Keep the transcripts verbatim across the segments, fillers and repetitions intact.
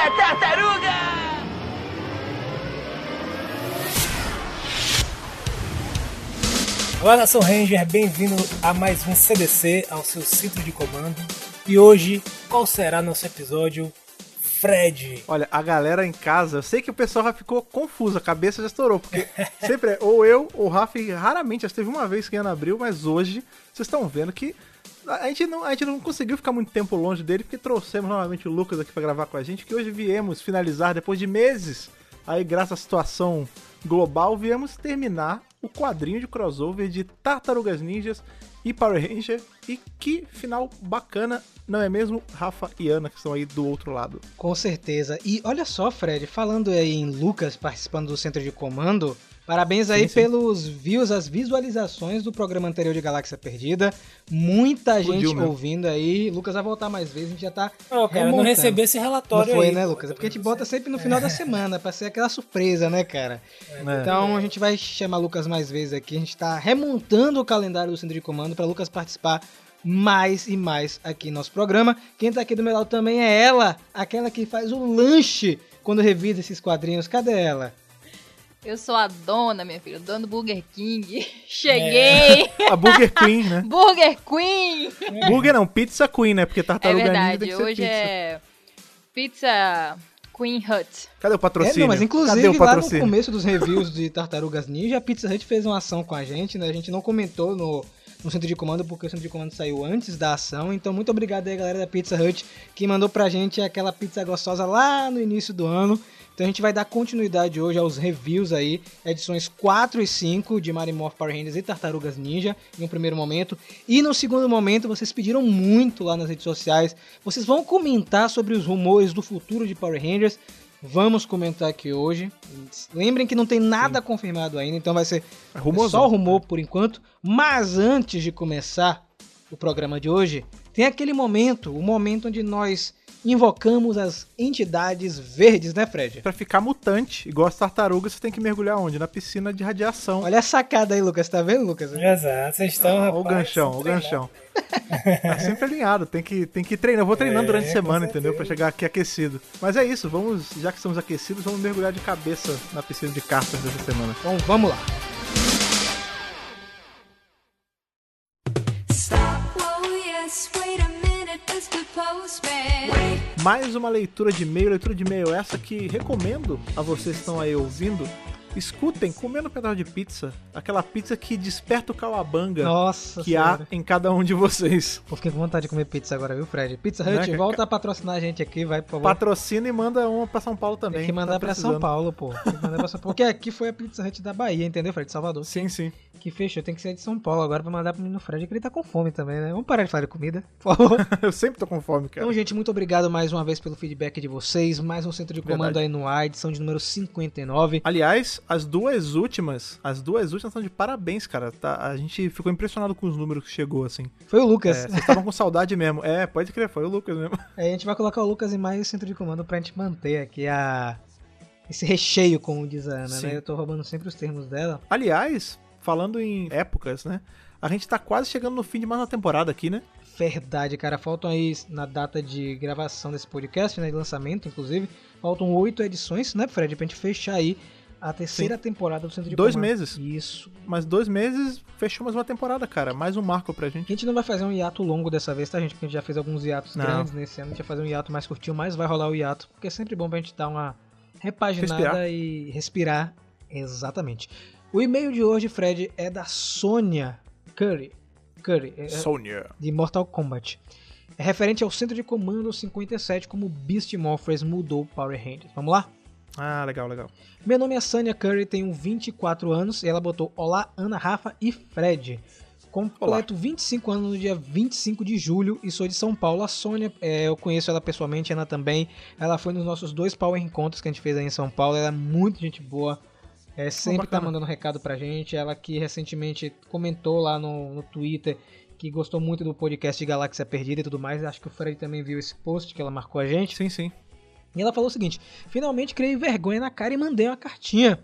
é tartaruga! Olá, Nação Ranger, bem-vindo a mais um C D C, ao seu centro de comando. E hoje, qual será nosso episódio? Fred. Olha, a galera em casa, eu sei que o pessoal já ficou confuso, a cabeça já estourou, porque sempre é ou eu ou o Rafa, e raramente, já teve uma vez que Ana abriu, mas hoje vocês estão vendo que a gente, não, a gente não conseguiu ficar muito tempo longe dele, porque trouxemos novamente o Lucas aqui pra gravar com a gente, que hoje viemos finalizar, depois de meses, aí graças à situação global, viemos terminar o quadrinho de crossover de Tartarugas Ninjas e Power Ranger. E que final bacana, não é mesmo, Rafa e Ana, que estão aí do outro lado? Com certeza. E olha só, Fred, falando aí em Lucas participando do centro de comando, parabéns aí sim, sim. pelos views, as visualizações do programa anterior de Galáxia Perdida. Muita Explodiu, gente mesmo. ouvindo aí. Lucas vai voltar mais vezes, a gente já tá oh, cara, não recebi esse relatório não foi, aí. né, Lucas? É porque a gente bota sempre no final da semana, pra ser aquela surpresa, né, cara? É. Então a gente vai chamar Lucas mais vezes aqui. A gente tá remontando o calendário do centro de comando pra Lucas participar mais e mais aqui no nosso programa. Quem tá aqui do meu lado também é ela, aquela que faz o lanche quando revisa esses quadrinhos. Cadê ela? Eu sou a dona, minha filha, dona do Burger King. Cheguei! É. A Burger Queen, né? Burger Queen! É. Burger não, Pizza Queen, né? Porque Tartaruga Ninja Ninja tem tem que que ser ser hoje pizza. é Pizza Queen Hut. Cadê o patrocínio? É, não, mas inclusive Cadê o lá patrocínio? no começo dos reviews de Tartarugas Ninja, a Pizza Hut fez uma ação com a gente, né? A gente não comentou no, no centro de comando, porque o centro de comando saiu antes da ação. Então, muito obrigado aí, galera da Pizza Hut, que mandou pra gente aquela pizza gostosa lá no início do ano. Então a gente vai dar continuidade hoje aos reviews aí, edições quatro e cinco de Mighty Morphin Power Rangers e Tartarugas Ninja, em um primeiro momento. E no segundo momento, vocês pediram muito lá nas redes sociais, vocês vão comentar sobre os rumores do futuro de Power Rangers. Vamos comentar aqui hoje. Lembrem que não tem nada Sim. confirmado ainda, então vai ser é só rumor por enquanto. Mas antes de começar o programa de hoje, tem aquele momento, o momento onde nós invocamos as entidades verdes, né, Fred? Pra ficar mutante, igual as tartarugas, você tem que mergulhar onde? Na piscina de radiação. Olha a sacada aí, Lucas. Tá vendo, Lucas? Exato, vocês estão, ah, rapaz. O ganchão, o ganchão. Tá sempre alinhado, tem que, tem que treinar. Eu vou treinando é, durante a semana, entendeu? Pra chegar aqui aquecido. Mas é isso, vamos, já que estamos aquecidos, vamos mergulhar de cabeça na piscina de cartas dessa semana. Então, vamos lá. Mais uma leitura de e-mail, leitura de e-mail essa que recomendo a vocês que estão aí ouvindo. Escutem, comendo um pedaço de pizza, aquela pizza que desperta o calabanga Nossa que senhora. há em cada um de vocês. Pô, fiquei com vontade de comer pizza agora, viu, Fred? Pizza Hut, né? Volta a patrocinar a gente aqui, vai, por favor. Patrocina e manda uma pra São Paulo também. Tem que mandar tá pra São Paulo, pô. Tem que mandar pra São Paulo. Porque aqui foi a Pizza Hut da Bahia, entendeu, Fred? De Salvador. Sim, sim. Que fechou, tem que ser de São Paulo agora pra mandar pro menino Fred, que ele tá com fome também, né? Vamos parar de falar de comida, por favor. Eu sempre tô com fome, cara. Então, gente, muito obrigado mais uma vez pelo feedback de vocês. Mais um centro de comando Verdade. aí no ar, edição de número cinquenta e nove. Aliás, as duas últimas, as duas últimas são de parabéns, cara. Tá, a gente ficou impressionado com os números que chegou, assim. Foi o Lucas. É, vocês estavam com saudade mesmo. É, pode crer, foi o Lucas mesmo. É, a gente vai colocar o Lucas em mais centro de comando pra gente manter aqui a... esse recheio, como diz a Ana, Sim. né? Eu tô roubando sempre os termos dela. Aliás, falando em épocas, né? A gente tá quase chegando no fim de mais uma temporada aqui, né? Verdade, cara. Faltam aí, na data de gravação desse podcast, né? De lançamento, inclusive, faltam oito edições, né, Fred? Pra gente fechar aí a terceira Sim. temporada do Centro de Dois Comando. meses. Isso. Mas dois meses, fechou mais uma temporada, cara. Mais um marco pra gente. A gente não vai fazer um hiato longo dessa vez, tá, gente? Porque a gente já fez alguns hiatos não. grandes nesse ano. A gente vai fazer um hiato mais curtinho, mas vai rolar o hiato. Porque é sempre bom pra gente dar uma repaginada respirar. e respirar. Exatamente. O e-mail de hoje, Fred, é da Sônia Curry. Curry. Sônia. De Mortal Kombat. É referente ao Centro de Comando cinquenta e sete, como Beast Morphers mudou Power Rangers. Vamos lá? Ah, legal, legal. Meu nome é Sônia Curry, tenho vinte e quatro anos e ela botou Olá, Ana, Rafa e Fred. Completo Olá. vinte e cinco anos no dia vinte e cinco de julho e sou de São Paulo. A Sônia, é, eu conheço ela pessoalmente, a Ana também. Ela foi nos nossos dois Power Encontros que a gente fez aí em São Paulo. Ela é muito gente boa. É, sempre oh, tá mandando recado pra gente. Ela que recentemente comentou lá no, no Twitter que gostou muito do podcast de Galáxia Perdida e tudo mais. Acho que o Fred também viu esse post que ela marcou a gente. Sim, sim. E ela falou o seguinte: finalmente criei vergonha na cara e mandei uma cartinha.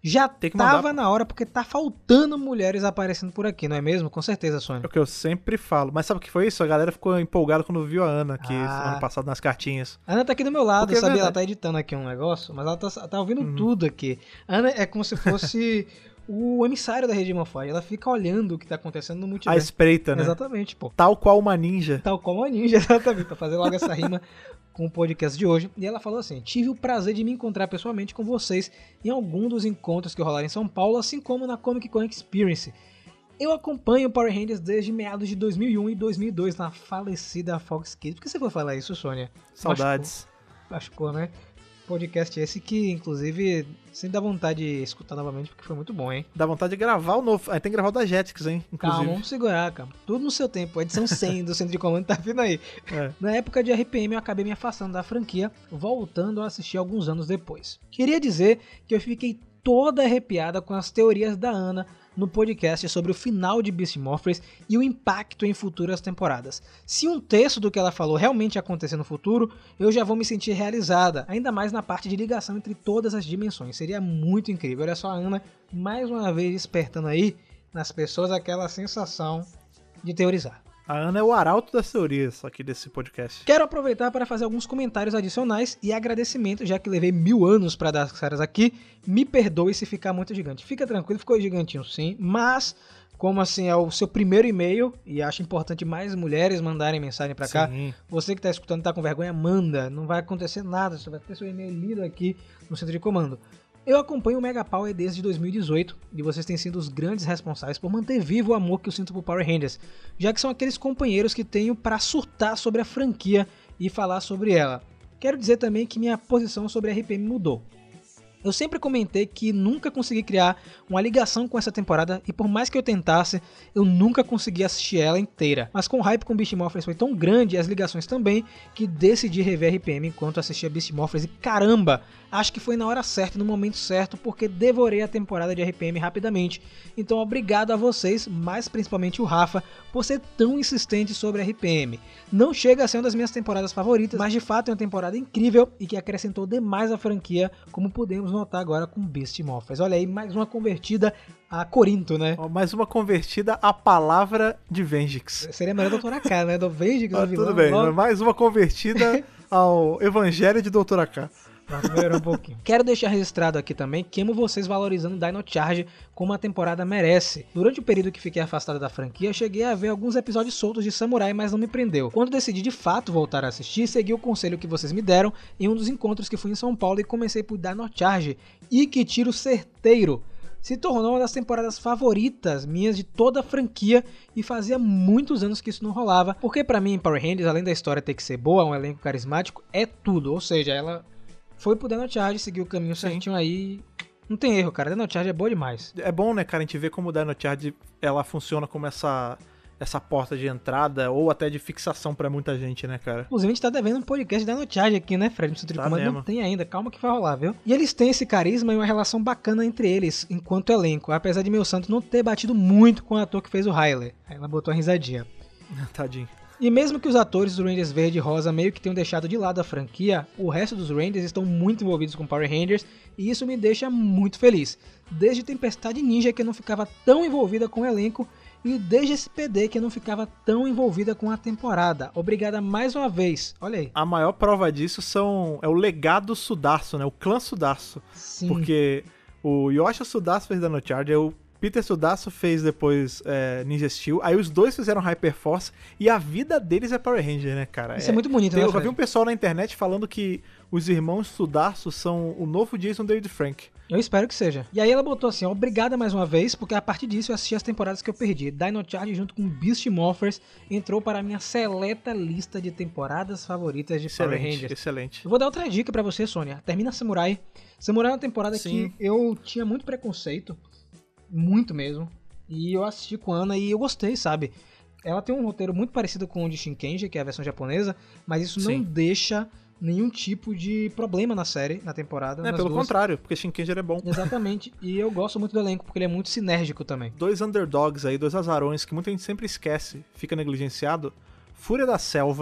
Já Tem que mandar, tava pô. na hora, porque tá faltando mulheres aparecendo por aqui, não é mesmo? Com certeza, Sônia. É o que eu sempre falo. Mas sabe o que foi isso? A galera ficou empolgada quando viu a Ana aqui Ah. semana passada nas cartinhas. A Ana tá aqui do meu lado, Porque é sabia? Ela verdade. tá editando aqui um negócio, mas ela tá, tá ouvindo Uhum. tudo aqui. A Ana é como se fosse o emissário da Rede Mofai. Ela fica olhando o que tá acontecendo no A multiverso. espreita, né? Exatamente, pô. Tal qual uma ninja. Tal como a Ninja, exatamente, pra fazer logo essa rima com o podcast de hoje. E ela falou assim: tive o prazer de me encontrar pessoalmente com vocês em algum dos encontros que rolaram em São Paulo, assim como na Comic Con Experience. Eu acompanho o Power Rangers desde meados de dois mil e um e dois mil e dois, na falecida Fox Kids. Por que você foi falar isso, Sônia? Saudades. Machucou, né? Podcast esse que, inclusive, sempre dá vontade de escutar novamente, porque foi muito bom, hein? Dá vontade de gravar o novo. Aí tem que gravar o da Jetix, hein? Inclusive. Calma, vamos segurar, cara. Tudo no seu tempo. A edição cem do Centro de Comando tá vindo aí. É. Na época de R P M eu acabei me afastando da franquia, voltando a assistir alguns anos depois. Queria dizer que eu fiquei toda arrepiada com as teorias da Ana no podcast sobre o final de Beast Morphers e o impacto em futuras temporadas. Se um terço do que ela falou realmente acontecer no futuro, eu já vou me sentir realizada, ainda mais na parte de ligação entre todas as dimensões. Seria muito incrível. Olha só a Ana, mais uma vez despertando aí nas pessoas aquela sensação de teorizar. A Ana é o arauto das teorias aqui desse podcast. Quero aproveitar para fazer alguns comentários adicionais e agradecimento, já que levei mil anos para dar as caras aqui. Me perdoe se ficar muito gigante. Fica tranquilo, ficou gigantinho sim, mas como assim é o seu primeiro e-mail, e acho importante mais mulheres mandarem mensagem para cá, Sim. você que está escutando e tá com vergonha, manda, não vai acontecer nada, você vai ter seu e-mail lido aqui no centro de comando. Eu acompanho o Mega Power desde dois mil e dezoito e vocês têm sido os grandes responsáveis por manter vivo o amor que eu sinto por Power Rangers, já que são aqueles companheiros que tenho para surtar sobre a franquia e falar sobre ela. Quero dizer também que minha posição sobre a R P M mudou. Eu sempre comentei que nunca consegui criar uma ligação com essa temporada e por mais que eu tentasse, eu nunca consegui assistir ela inteira. Mas com o hype com Beast Morphers foi tão grande e as ligações também, que decidi rever R P M enquanto assistia Beast Morphers e caramba, acho que foi na hora certa e no momento certo porque devorei a temporada de R P M rapidamente. Então obrigado a vocês, mas principalmente o Rafa, por ser tão insistente sobre R P M. Não chega a ser uma das minhas temporadas favoritas, mas de fato é uma temporada incrível e que acrescentou demais à franquia, como podemos notar agora com Beast Morphers. Olha aí, mais uma convertida a Corinto, né? Ó, mais uma convertida à palavra de Vengix. Seria melhor Doutora K, né? Do Vengix, Ah, do vilão. tudo bem, logo. mais uma convertida ao Evangelho de Doutora K. Vamos melhorar um pouquinho. Quero deixar registrado aqui também que amo vocês valorizando Dino Charge como a temporada merece. Durante o período que fiquei afastado da franquia, cheguei a ver alguns episódios soltos de Samurai, mas não me prendeu. Quando decidi de fato voltar a assistir, segui o conselho que vocês me deram em um dos encontros que fui em São Paulo e comecei por Dino Charge. E que tiro certeiro! Se tornou uma das temporadas favoritas minhas de toda a franquia e fazia muitos anos que isso não rolava, porque pra mim, Power Rangers, além da história ter que ser boa, um elenco carismático, é tudo, ou seja, ela foi pro Dino Charge, seguiu o caminho certinho aí, não tem erro, cara, Dino Charge é boa demais. É bom, né, cara, a gente ver como o Dino Charge ela funciona como essa, essa porta de entrada ou até de fixação pra muita gente, né, cara? Inclusive a gente tá devendo um podcast da Dino Charge aqui, né, Fred? No Centro de Tá Comando mesmo. não tem ainda, calma que vai rolar, viu? E eles têm esse carisma e uma relação bacana entre eles, enquanto elenco, apesar de meu santo não ter batido muito com o ator que fez o Riley. Aí ela botou uma risadinha. Tadinho. E mesmo que os atores do Rangers Verde e Rosa meio que tenham deixado de lado a franquia, o resto dos Rangers estão muito envolvidos com Power Rangers e isso me deixa muito feliz. Desde Tempestade Ninja que eu não ficava tão envolvida com o elenco e desde esse P D que eu não ficava tão envolvida com a temporada. Obrigada mais uma vez, olha aí. A maior prova disso são, é o legado Sudaço, né? O clã Sudaço. Sim. Porque o Yosha Sudaço fez Dino Charge, o Peter Sudaço fez depois é, Ninja Steel, aí os dois fizeram Hyperforce e a vida deles é Power Ranger, né, cara? Isso é, é muito bonito, tem, né, Eu já Fred? vi um pessoal na internet falando que os irmãos Sudaço são o novo Jason David Frank. Eu espero que seja. E aí ela botou assim, ó, obrigada mais uma vez, porque a partir disso eu assisti as temporadas que eu perdi. Dino Charge junto com Beast Morphers entrou para a minha seleta lista de temporadas favoritas de Power Excelente, Rangers. excelente. Eu vou dar outra dica pra você, Sônia. Termina Samurai. Samurai é uma temporada Sim. que eu tinha muito preconceito, muito mesmo, e eu assisti com a Ana e eu gostei, sabe? Ela tem um roteiro muito parecido com o de Shinkenji, que é a versão japonesa, mas isso Sim. não deixa nenhum tipo de problema na série, na temporada. É, nas pelo duas. contrário, porque Shinkenger é bom. Exatamente, e eu gosto muito do elenco, porque ele é muito sinérgico também. Dois underdogs aí, dois azarões que muita gente sempre esquece, fica negligenciado. Fúria da Selva,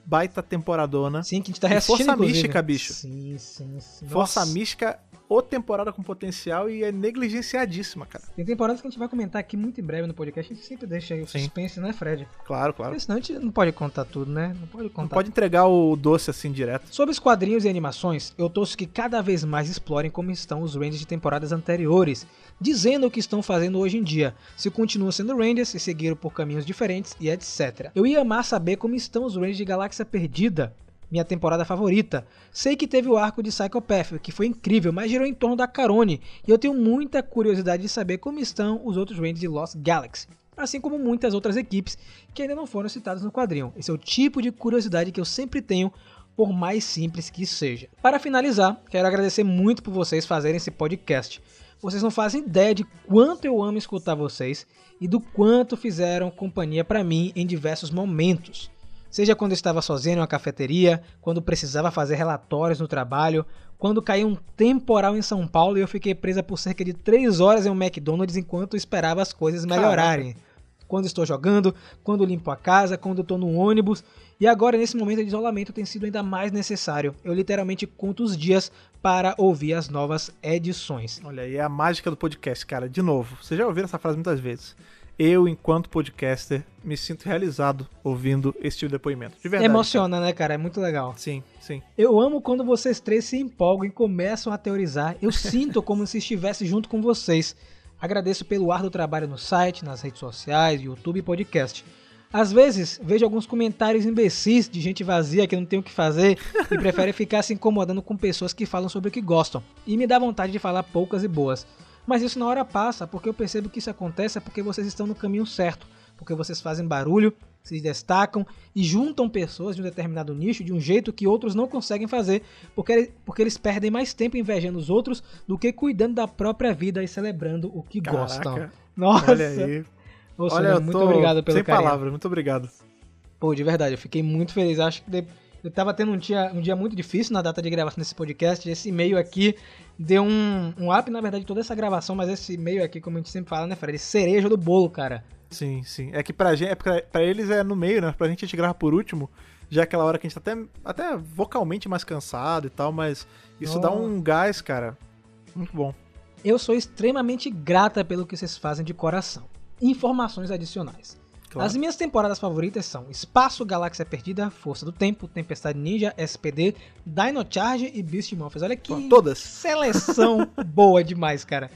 baita temporadona. Sim, que a gente tá E reassistindo, Força inclusive. Mística, bicho. Sim, sim, sim. Força Nossa. Mística, ou temporada com potencial e é negligenciadíssima, cara. Tem temporadas que a gente vai comentar aqui muito em breve no podcast. A gente sempre deixa aí o Sim. suspense, né, Fred? Claro, claro. Porque senão a gente não pode contar tudo, né? Não pode contar Não pode entregar o doce assim direto. Sobre os quadrinhos e animações, eu torço que cada vez mais explorem como estão os Rangers de temporadas anteriores, dizendo o que estão fazendo hoje em dia, se continuam sendo Rangers, se seguiram por caminhos diferentes e etcétera. Eu ia amar saber como estão os Rangers de Galáxia Perdida, minha temporada favorita. Sei que teve o arco de Psychopath, que foi incrível, mas girou em torno da Carone, e eu tenho muita curiosidade de saber como estão os outros Rangers de Lost Galaxy, assim como muitas outras equipes que ainda não foram citadas no quadrinho. Esse é o tipo de curiosidade que eu sempre tenho, por mais simples que seja. Para finalizar, quero agradecer muito por vocês fazerem esse podcast. Vocês não fazem ideia de quanto eu amo escutar vocês e do quanto fizeram companhia para mim em diversos momentos. Seja quando eu estava sozinho em uma cafeteria, quando precisava fazer relatórios no trabalho, quando caiu um temporal em São Paulo e eu fiquei presa por cerca de três horas em um McDonald's enquanto esperava as coisas melhorarem. Caraca. Quando estou jogando, quando limpo a casa, quando estou no ônibus. E agora, nesse momento de isolamento, tem sido ainda mais necessário. Eu literalmente conto os dias para ouvir as novas edições. Olha aí, é a mágica do podcast, cara. De novo, vocês já ouviram essa frase muitas vezes. Eu, enquanto podcaster, me sinto realizado ouvindo esse tipo de depoimento. De verdade. Emociona, cara. né, cara? É muito legal. Sim, sim. Eu amo quando vocês três se empolgam e começam a teorizar. Eu sinto como se estivesse junto com vocês. Agradeço pelo árduo trabalho no site, nas redes sociais, YouTube e podcast. Às vezes, vejo alguns comentários imbecis de gente vazia que não tem o que fazer e prefere ficar se incomodando com pessoas que falam sobre o que gostam. E me dá vontade de falar poucas e boas. Mas isso na hora passa, porque eu percebo que isso acontece é porque vocês estão no caminho certo. Porque vocês fazem barulho, se destacam e juntam pessoas de um determinado nicho de um jeito que outros não conseguem fazer, porque, porque eles perdem mais tempo invejando os outros do que cuidando da própria vida e celebrando o que Caraca. gostam. Nossa! Olha aí. Ô, Olha, Sônia, eu muito tô obrigado pelo sem carinho. palavras, muito obrigado. Pô, de verdade, eu fiquei muito feliz. Acho que de... eu tava tendo um dia, um dia muito difícil na data de gravação desse podcast. Esse e-mail aqui deu um, um up, na verdade, toda essa gravação, mas esse e-mail aqui, como a gente sempre fala, né, Fred? Cereja do bolo, cara. Sim, sim. É que pra gente, é pra, pra eles é no meio, né? Pra gente a gente grava por último, já é aquela hora que a gente tá até, até vocalmente mais cansado e tal, mas isso oh. dá um gás, cara. Muito bom. Eu sou extremamente grata pelo que vocês fazem de coração. Informações adicionais. Claro. As minhas temporadas favoritas são Espaço, Galáxia Perdida, Força do Tempo, Tempestade Ninja, S P D, Dino Charge e Beast Morphers. Olha que Pô, todas. Seleção boa demais, cara.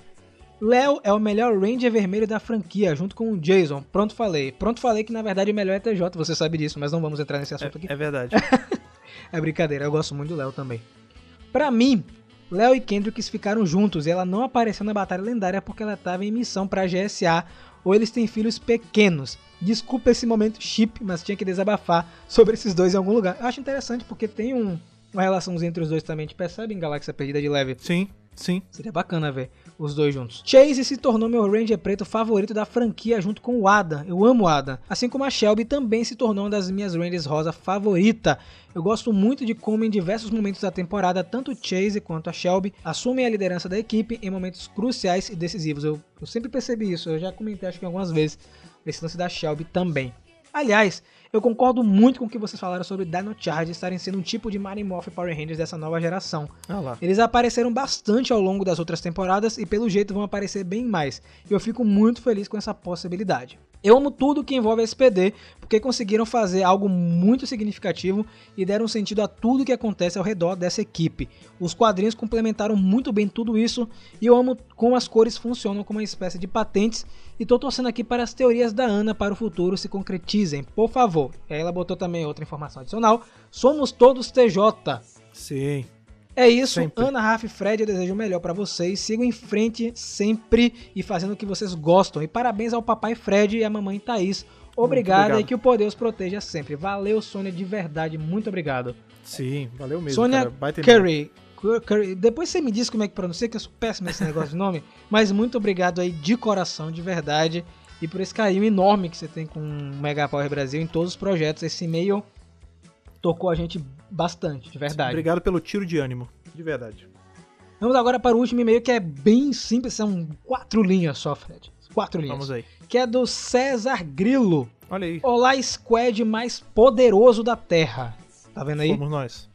Léo é o melhor Ranger vermelho da franquia, junto com o Jason. Pronto, falei. Pronto, falei que na verdade o melhor é T J, você sabe disso, mas não vamos entrar nesse assunto é, aqui. É verdade. É brincadeira, eu gosto muito do Léo também. Pra mim, Léo e Kendricks ficaram juntos e ela não apareceu na Batalha Lendária porque ela estava em missão pra G S A ou eles têm filhos pequenos. Desculpa esse momento chip, mas tinha que desabafar sobre esses dois em algum lugar. Eu acho interessante porque tem um, uma relaçãozinha entre os dois também, a gente percebe em Galáxia Perdida de leve. Sim, sim. Seria bacana ver os dois juntos. Chase se tornou meu Ranger preto favorito da franquia junto com o Adam. Eu amo o Adam. Assim como a Shelby também se tornou uma das minhas Rangers rosa favorita. Eu gosto muito de como em diversos momentos da temporada, tanto Chase quanto a Shelby assumem a liderança da equipe em momentos cruciais e decisivos. Eu, eu sempre percebi isso, eu já comentei acho que algumas vezes esse lance da Shelby também. Aliás, eu concordo muito com o que vocês falaram sobre Dino Charge estarem sendo um tipo de Mighty Morphin Power Rangers dessa nova geração. Ah lá. Eles apareceram bastante ao longo das outras temporadas e pelo jeito vão aparecer bem mais. E eu fico muito feliz com essa possibilidade. Eu amo tudo que envolve a S P D, porque conseguiram fazer algo muito significativo e deram sentido a tudo que acontece ao redor dessa equipe. Os quadrinhos complementaram muito bem tudo isso e eu amo como as cores funcionam como uma espécie de patentes e tô torcendo aqui para as teorias da Ana para o futuro se concretizem, por favor. E aí ela botou também outra informação adicional, somos todos T J. Sim. É isso, sempre. Ana, Rafa e Fred, eu desejo o melhor pra vocês. Sigam em frente sempre e fazendo o que vocês gostam. E parabéns ao papai Fred e à mamãe Thaís. Obrigada e que o poder os proteja sempre. Valeu, Sônia, de verdade, muito obrigado. Sim, valeu mesmo, Sônia cara. Curry. Curry. Depois você me diz como é que pronuncia, que eu sou péssimo nesse negócio de nome. Mas muito obrigado aí de coração, de verdade. E por esse carinho enorme que você tem com o Mega Power Brasil em todos os projetos. Esse e-mail tocou a gente bastante, de verdade. Obrigado pelo tiro de ânimo, de verdade. Vamos agora para o último e-mail que é bem simples, são quatro linhas só, Fred. Quatro linhas. Vamos aí. Que é do César Grilo. Olha aí. Olá, squad mais poderoso da Terra. Tá vendo aí? Somos nós.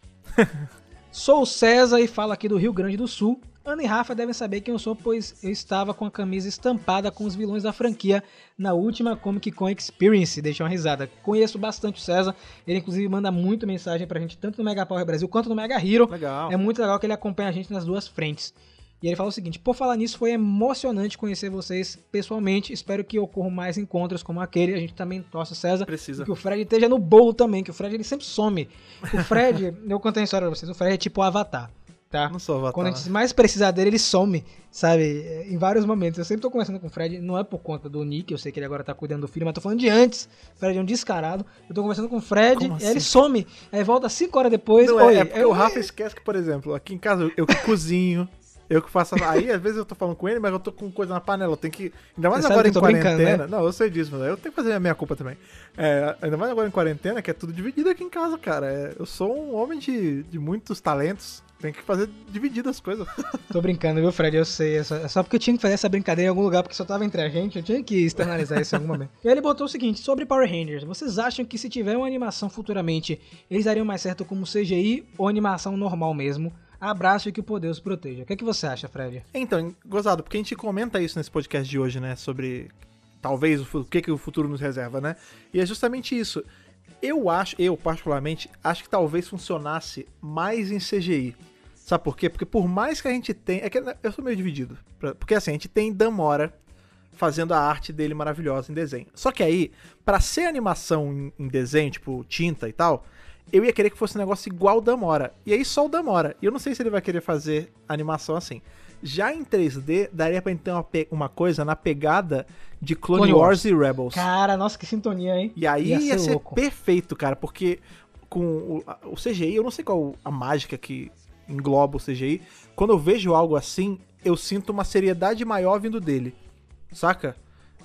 Sou o César e falo aqui do Rio Grande do Sul. Ana e Rafa devem saber quem eu sou, pois eu estava com a camisa estampada com os vilões da franquia na última Comic Con Experience. Deixa uma risada. Conheço bastante o César. Ele, inclusive, manda muito mensagem pra gente, tanto no Mega Power Brasil quanto no Mega Hero. Legal. É muito legal que ele acompanha a gente nas duas frentes. E ele fala o seguinte: por falar nisso, foi emocionante conhecer vocês pessoalmente. Espero que ocorram mais encontros como aquele. A gente também torce, César. Precisa. Que o Fred esteja no bolo também, que o Fred ele sempre some. O Fred, eu contei a história pra vocês, o Fred é tipo o Avatar. Tá? Não sou Avatar. Quando a gente mais precisar dele, ele some, sabe? Em vários momentos. Eu sempre tô conversando com o Fred, não é por conta do Nick, eu sei que ele agora tá cuidando do filho, mas tô falando de antes. O Fred é um descarado. Eu tô conversando com o Fred, Como aí assim? ele some, aí volta cinco horas depois. Não, Oi, é, é porque eu- o Rafa esquece que, por exemplo, aqui em casa eu, eu que cozinho, eu que faço. Aí, às vezes eu tô falando com ele, mas eu tô com coisa na panela. Eu tenho que. Ainda mais Você agora sabe em que eu tô brincando, quarentena. né? Não, eu sei disso, mas eu tenho que fazer a minha culpa também. É, ainda mais agora em quarentena, que é tudo dividido aqui em casa, cara. É, eu sou um homem de, de muitos talentos. Tem que fazer dividido as coisas. Tô brincando, viu, Fred? Eu sei. É só, é só porque eu tinha que fazer essa brincadeira em algum lugar, porque só tava entre a gente. Eu tinha que externalizar isso em algum momento. E aí ele botou o seguinte: sobre Power Rangers, vocês acham que se tiver uma animação futuramente, eles dariam mais certo como C G I ou animação normal mesmo? Abraço e que o poder os proteja. O que, é que você acha, Fred? Então, gozado, porque a gente comenta isso nesse podcast de hoje, né? Sobre talvez o, fu- o que, que o futuro nos reserva, né? E é justamente isso. Eu acho, eu particularmente, acho que talvez funcionasse mais em C G I. Sabe por quê? Porque por mais que a gente tenha... É que eu sou meio dividido. pra- Porque assim, a gente tem Dan Mora fazendo a arte dele maravilhosa em desenho. Só que aí, pra ser animação em, em desenho, tipo tinta e tal, eu ia querer que fosse um negócio igual o Dan Mora. E aí só o Dan Mora. E eu não sei se ele vai querer fazer animação assim. Já em três D, daria pra gente ter uma, pe- uma coisa na pegada de Clone, Clone Wars. e Rebels. Cara, nossa, que sintonia, hein? E aí Ia ia, ser ser louco. perfeito, cara, porque com o, a- o C G I, eu não sei qual a mágica que engloba o C G I. Quando eu vejo algo assim, eu sinto uma seriedade maior vindo dele, saca?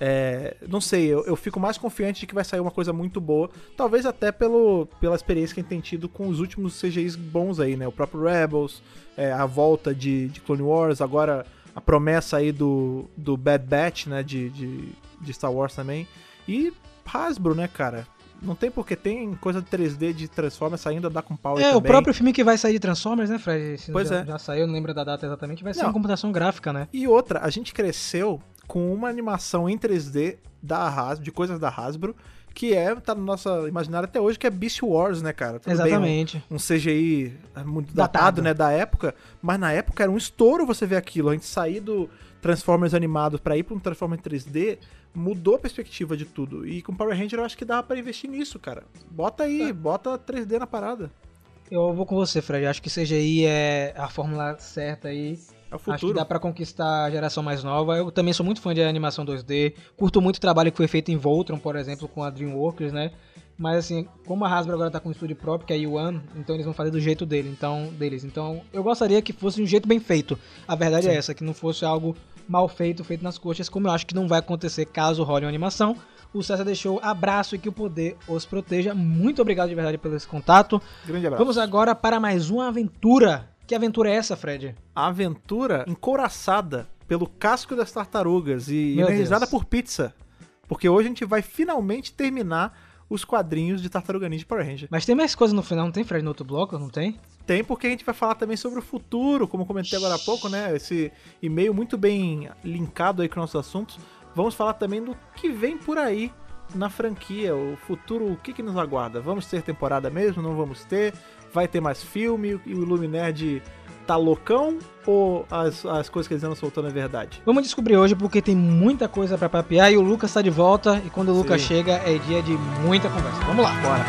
É, não sei, eu, eu fico mais confiante de que vai sair uma coisa muito boa, talvez até pelo, pela experiência que a gente tem tido com os últimos C G Is bons aí, né? O próprio Rebels, é, a volta de, de Clone Wars, agora a promessa aí do, do Bad Batch, né? De, de, de Star Wars também. E Hasbro, né, cara? Não tem porque tem coisa de três D de Transformers saindo a dar com pau aí É, também. o próprio filme que vai sair de Transformers, né, Fred? Se Pois já, é. já saiu, não lembro da data exatamente, vai ser Não. em computação gráfica, né? E outra, a gente cresceu com uma animação em três D da Hasbro, de coisas da Hasbro, que é, tá no nosso imaginário até hoje, que é Beast Wars, né, cara? Tudo bem, Exatamente. um, um C G I muito datado, Datado. né, da época, mas na época era um estouro você ver aquilo. A gente sair do Transformers animado pra ir pra um Transformers três D mudou a perspectiva de tudo. E com Power Ranger eu acho que dava pra investir nisso, cara. Bota aí, bota três D na parada. Eu vou com você, Fred. Acho que C G I é a fórmula certa aí. É o Acho que futuro. dá pra conquistar a geração mais nova. Eu também sou muito fã de animação dois D. Curto muito o trabalho que foi feito em Voltron, por exemplo, com a DreamWorks, né? Mas assim, como a Hasbro agora tá com um estúdio próprio, que é a Yuan, então eles vão fazer do jeito dele, então, deles. Então, eu gostaria que fosse de um jeito bem feito. A verdade Sim. é essa, que não fosse algo mal feito, feito nas coxas, como eu acho que não vai acontecer caso role uma animação. O César deixou abraço e que o poder os proteja. Muito obrigado de verdade pelo esse contato. Grande abraço. Vamos agora para mais uma aventura. Que aventura é essa, Fred? A aventura encouraçada pelo casco das tartarugas e Meu energizada Deus. por pizza. Porque hoje a gente vai finalmente terminar os quadrinhos de Tartaruga Ninja e Power Ranger. Mas tem mais coisa no final, não tem, Fred, no outro bloco? Não tem? Tem porque a gente vai falar também sobre o futuro, como eu comentei agora há pouco, né? Esse e-mail muito bem linkado aí com nossos assuntos. Vamos falar também do que vem por aí na franquia, o futuro, o que que nos aguarda? Vamos ter temporada mesmo? Não vamos ter? Vai ter mais filme? E o Illuminerd tá loucão? Ou as, as coisas que eles andam soltando é verdade? Vamos descobrir hoje porque tem muita coisa pra papear e o Lucas tá de volta. E quando o Lucas Sim. chega é dia de muita conversa. Vamos lá. Bora!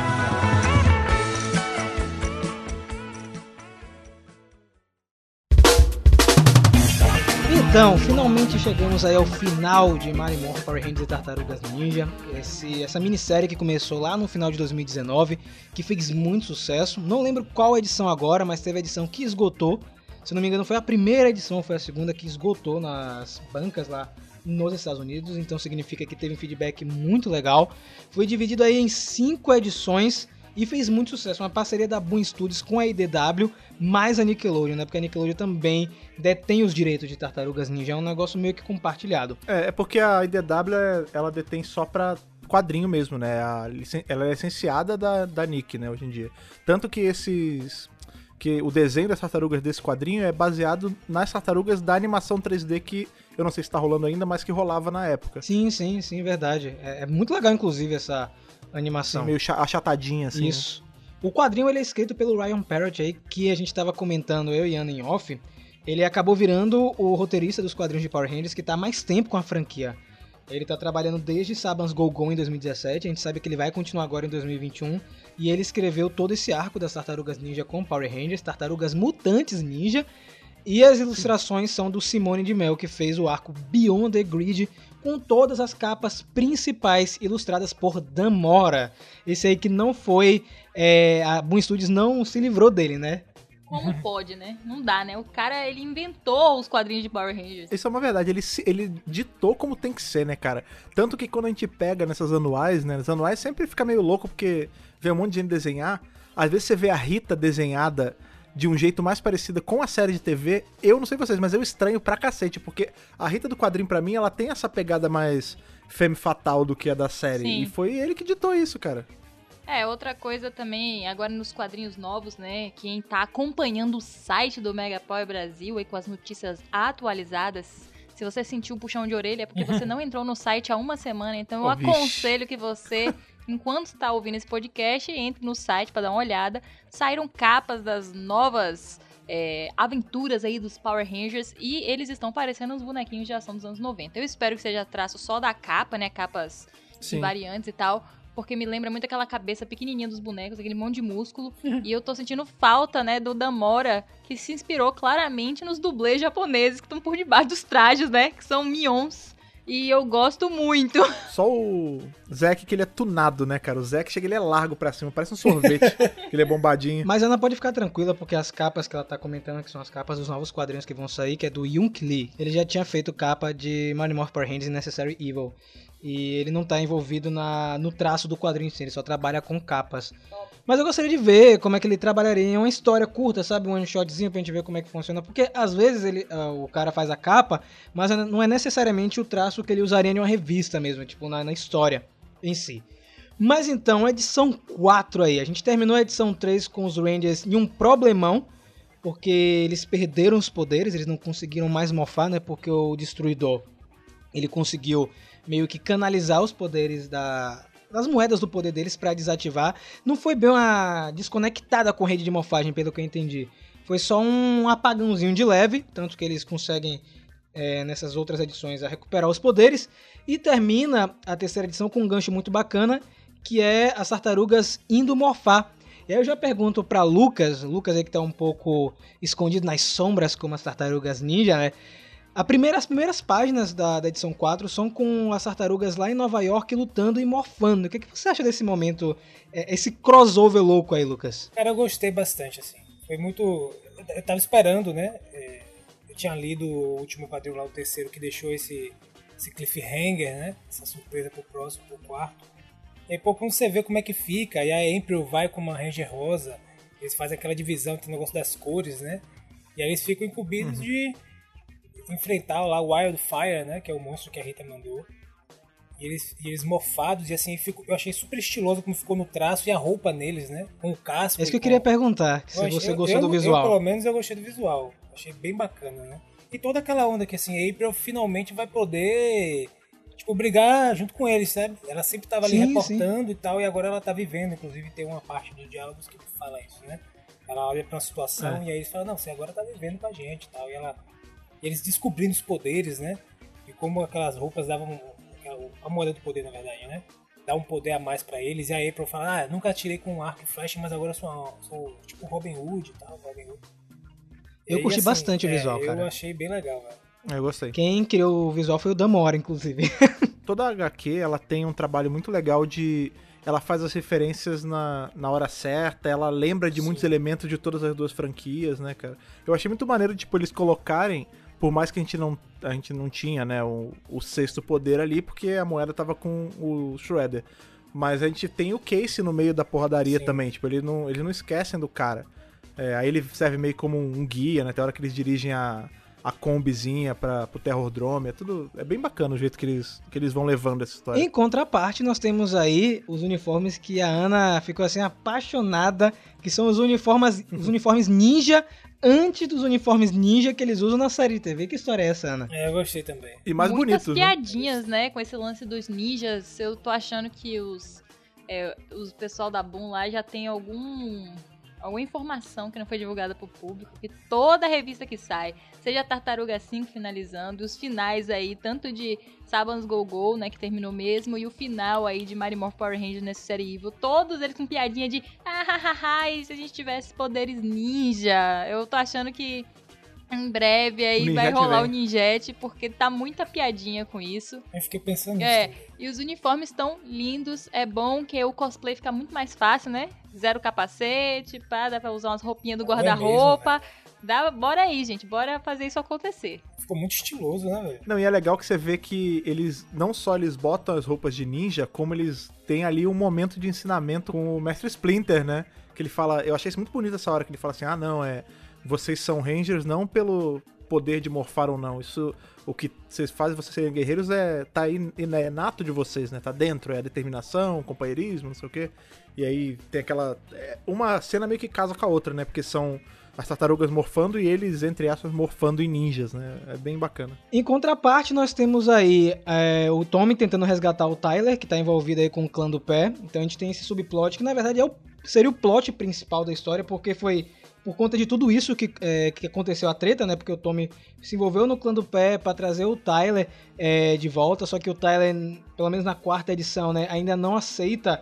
Então, finalmente chegamos aí ao final de Mario Morphin Power Rangers e Tartarugas Ninja. Esse, essa minissérie que começou lá no final de dois mil e dezenove, que fez muito sucesso. Não lembro qual edição agora, mas teve a edição que esgotou. Se não me engano, foi a primeira edição, foi a segunda que esgotou nas bancas lá nos Estados Unidos. Então significa que teve um feedback muito legal. Foi dividido aí em cinco edições e fez muito sucesso. Uma parceria da Boom Studios com a I D W mais a Nickelodeon, né? Porque a Nickelodeon também detém os direitos de Tartarugas Ninja. É um negócio meio que compartilhado. É, é porque a I D W, é- ela detém só pra quadrinho mesmo, né? A licen- ela é licenciada da, da Nick, né, hoje em dia. Tanto que esses... que o desenho das tartarugas desse quadrinho é baseado nas tartarugas da animação três D que eu não sei se tá rolando ainda, mas que rolava na época. Sim, sim, sim, verdade. É, é muito legal, inclusive, essa animação. Assim, meio cha- achatadinha, assim. Isso. O quadrinho ele é escrito pelo Ryan Parrott aí, que a gente tava comentando, eu e Ana em off. Ele acabou virando o roteirista dos quadrinhos de Power Rangers que tá há mais tempo com a franquia. Ele tá trabalhando desde Saban's Go-Go em dois mil e dezessete, a gente sabe que ele vai continuar agora em dois mil e vinte e um, e ele escreveu todo esse arco das Tartarugas Ninja com Power Rangers, Tartarugas Mutantes Ninja, e as ilustrações são do Simone de Mel, que fez o arco Beyond the Grid, com todas as capas principais ilustradas por Dan Mora. Esse aí que não foi... É, a Boom Studios não se livrou dele, né? Como pode, né? Não dá, né? O cara, ele inventou os quadrinhos de Power Rangers. Isso é uma verdade, ele, se- ele ditou como tem que ser, né, cara? Tanto que quando a gente pega nessas anuais, né, nas anuais sempre fica meio louco porque vê um monte de gente desenhar, às vezes você vê a Rita desenhada de um jeito mais parecido com a série de T V, eu não sei vocês, mas eu estranho pra cacete, porque a Rita do quadrinho pra mim, ela tem essa pegada mais femme fatal do que a da série, Sim. e foi ele que ditou isso, cara. É, outra coisa também, agora nos quadrinhos novos, né? Quem tá acompanhando o site do Mega Power Brasil aí com as notícias atualizadas, se você sentiu um puxão de orelha é porque você não entrou no site há uma semana, então eu Oh, vixe. aconselho que você, enquanto está ouvindo esse podcast, entre no site para dar uma olhada. Saíram capas das novas é, aventuras aí dos Power Rangers e eles estão parecendo uns bonequinhos de ação dos anos noventa. Eu espero que seja traço só da capa, né? Capas Sim. variantes e tal. Porque me lembra muito aquela cabeça pequenininha dos bonecos, aquele monte de músculo. E eu tô sentindo falta, né, do Damora, que se inspirou claramente nos dublês japoneses que estão por debaixo dos trajes, né? Que são mions. E eu gosto muito. Só o Zack que ele é tunado, né, cara? O Zack chega, ele é largo pra cima, parece um sorvete, que ele é bombadinho. Mas Ana pode ficar tranquila, porque as capas que ela tá comentando, que são as capas dos novos quadrinhos que vão sair, que é do Yunk Lee. Ele já tinha feito capa de Mighty Morphin Power Rangers e Necessary Evil. E ele não tá envolvido na, no traço do quadrinho em si, ele só trabalha com capas. Mas eu gostaria de ver como é que ele trabalharia em uma história curta, sabe? Um one shotzinho pra gente ver como é que funciona. Porque às vezes ele, uh, o cara faz a capa, mas não é necessariamente o traço que ele usaria em uma revista mesmo, tipo na, na história em si. Mas então, edição quatro aí. A gente terminou a edição três com os Rangers em um problemão, porque eles perderam os poderes, eles não conseguiram mais morfar, né? Porque o Destruidor, ele conseguiu meio que canalizar os poderes da, das moedas do poder deles pra desativar. Não foi bem uma desconectada com a rede de morfagem, pelo que eu entendi. Foi só um apagãozinho de leve, tanto que eles conseguem, é, nessas outras edições, a recuperar os poderes. E termina a terceira edição com um gancho muito bacana, que é as tartarugas indo morfar. E aí eu já pergunto pra Lucas, Lucas aí que tá um pouco escondido nas sombras como as tartarugas ninja, né? A primeira, as primeiras páginas da, da edição quatro são com as tartarugas lá em Nova York lutando e morfando. O que, que você acha desse momento, é, esse crossover louco aí, Lucas? Cara, eu gostei bastante, assim. Foi muito... Eu tava esperando, né? É, Eu tinha lido o último quadrinho lá, o terceiro, que deixou esse, esse cliffhanger, né? Essa surpresa pro próximo, pro quarto. E aí, pô, quando você vê como é que fica, e a April vai com uma Ranger rosa, eles fazem aquela divisão, tem o negócio das cores, né? E aí eles ficam incumbidos uhum. de enfrentar lá o Wildfire, né? Que é o monstro que a Rita mandou. E eles, e eles mofados, e assim, fico, eu achei super estiloso como ficou no traço e a roupa neles, né? Com o casco. É isso que eu com... queria perguntar, se eu você achei, gostou eu, do visual. Eu, pelo menos, eu gostei do visual. Achei bem bacana, né? E toda aquela onda que, assim, a April finalmente vai poder, tipo, brigar junto com eles, sabe? Ela sempre tava ali Sim, reportando sim. e tal, e agora ela tá vivendo. Inclusive, tem uma parte dos diálogos que fala isso, né? Ela olha pra uma situação É. e aí eles falam, não, você agora tá vivendo com a gente e tal. E ela... E eles descobrindo os poderes, né? E como aquelas roupas davam... A moeda do poder, na verdade, né? Dá um poder a mais pra eles. E a April fala, ah, nunca atirei com um arco e flecha, mas agora sou, sou tipo Robin Hood e tal. Robin Hood. E Eu aí, curti assim, bastante o é, visual, cara. Eu achei bem legal, velho. Eu gostei. Quem criou o visual foi o Damora, inclusive. Toda a agá quê, ela tem um trabalho muito legal de... Ela faz as referências na, na hora certa, ela lembra de Sim. muitos elementos de todas as duas franquias, né, cara? Eu achei muito maneiro, tipo, eles colocarem, por mais que a gente não, a gente não tinha, né, o, o sexto poder ali, porque a moeda tava com o Shredder. Mas a gente tem o Casey no meio da porradaria Sim. também, tipo, eles não, eles não esquecem do cara. É, aí ele serve meio como um guia, né, tem hora que eles dirigem a, a combizinha para pro terrordrome, é tudo, é bem bacana o jeito que eles, que eles vão levando essa história. Em contraparte, nós temos aí os uniformes que a Ana ficou assim apaixonada, que são os uniformes, os uniformes ninja antes dos uniformes ninja que eles usam na série de T V. Que história é essa, Ana? É, eu gostei também. E mais Muitas bonitos, piadinhas, né? né? Com esse lance dos ninjas. Eu tô achando que os, é, os pessoal da Boom lá já tem algum... alguma informação que não foi divulgada pro público, que toda revista que sai, seja Tartaruga cinco finalizando, os finais aí, tanto de Saban's Go Go, né, que terminou mesmo, e o final aí de Mighty Morphin Power Rangers Necessary Evil, todos eles com piadinha de ah, ha, ha, ha, e se a gente tivesse poderes ninja? Eu tô achando que em breve aí vai rolar vem. o Ninjete, porque tá muita piadinha com isso. Eu fiquei pensando É, nisso. e os uniformes estão lindos, é bom que o cosplay fica muito mais fácil, né? Zero capacete, pá, dá pra usar umas roupinhas do guarda-roupa. Dá, bora aí, gente, bora fazer isso acontecer. Ficou muito estiloso, né, velho? Não, e é legal que você vê que eles, não só eles botam as roupas de ninja, como eles têm ali um momento de ensinamento com o Mestre Splinter, né? Que ele fala, eu achei isso muito bonito essa hora, que ele fala assim, ah, não, é... vocês são Rangers não pelo poder de morfar ou não. Isso, o que vocês fazem, vocês serem guerreiros, é tá aí, é nato de vocês, né? Tá dentro, é a determinação, companheirismo, não sei o quê. E aí tem aquela... É, uma cena meio que casa com a outra, né? Porque são as tartarugas morfando e eles, entre aspas, morfando em ninjas, né? É bem bacana. Em contraparte, nós temos aí é, o Tommy tentando resgatar o Tyler, que tá envolvido aí com o clã do pé. Então a gente tem esse subplot, que na verdade é o, seria o plot principal da história, porque foi... por conta de tudo isso que, é, que aconteceu a treta, né? Porque o Tommy se envolveu no clã do pé pra trazer o Tyler é, de volta, só que o Tyler, pelo menos na quarta edição, né, ainda não aceita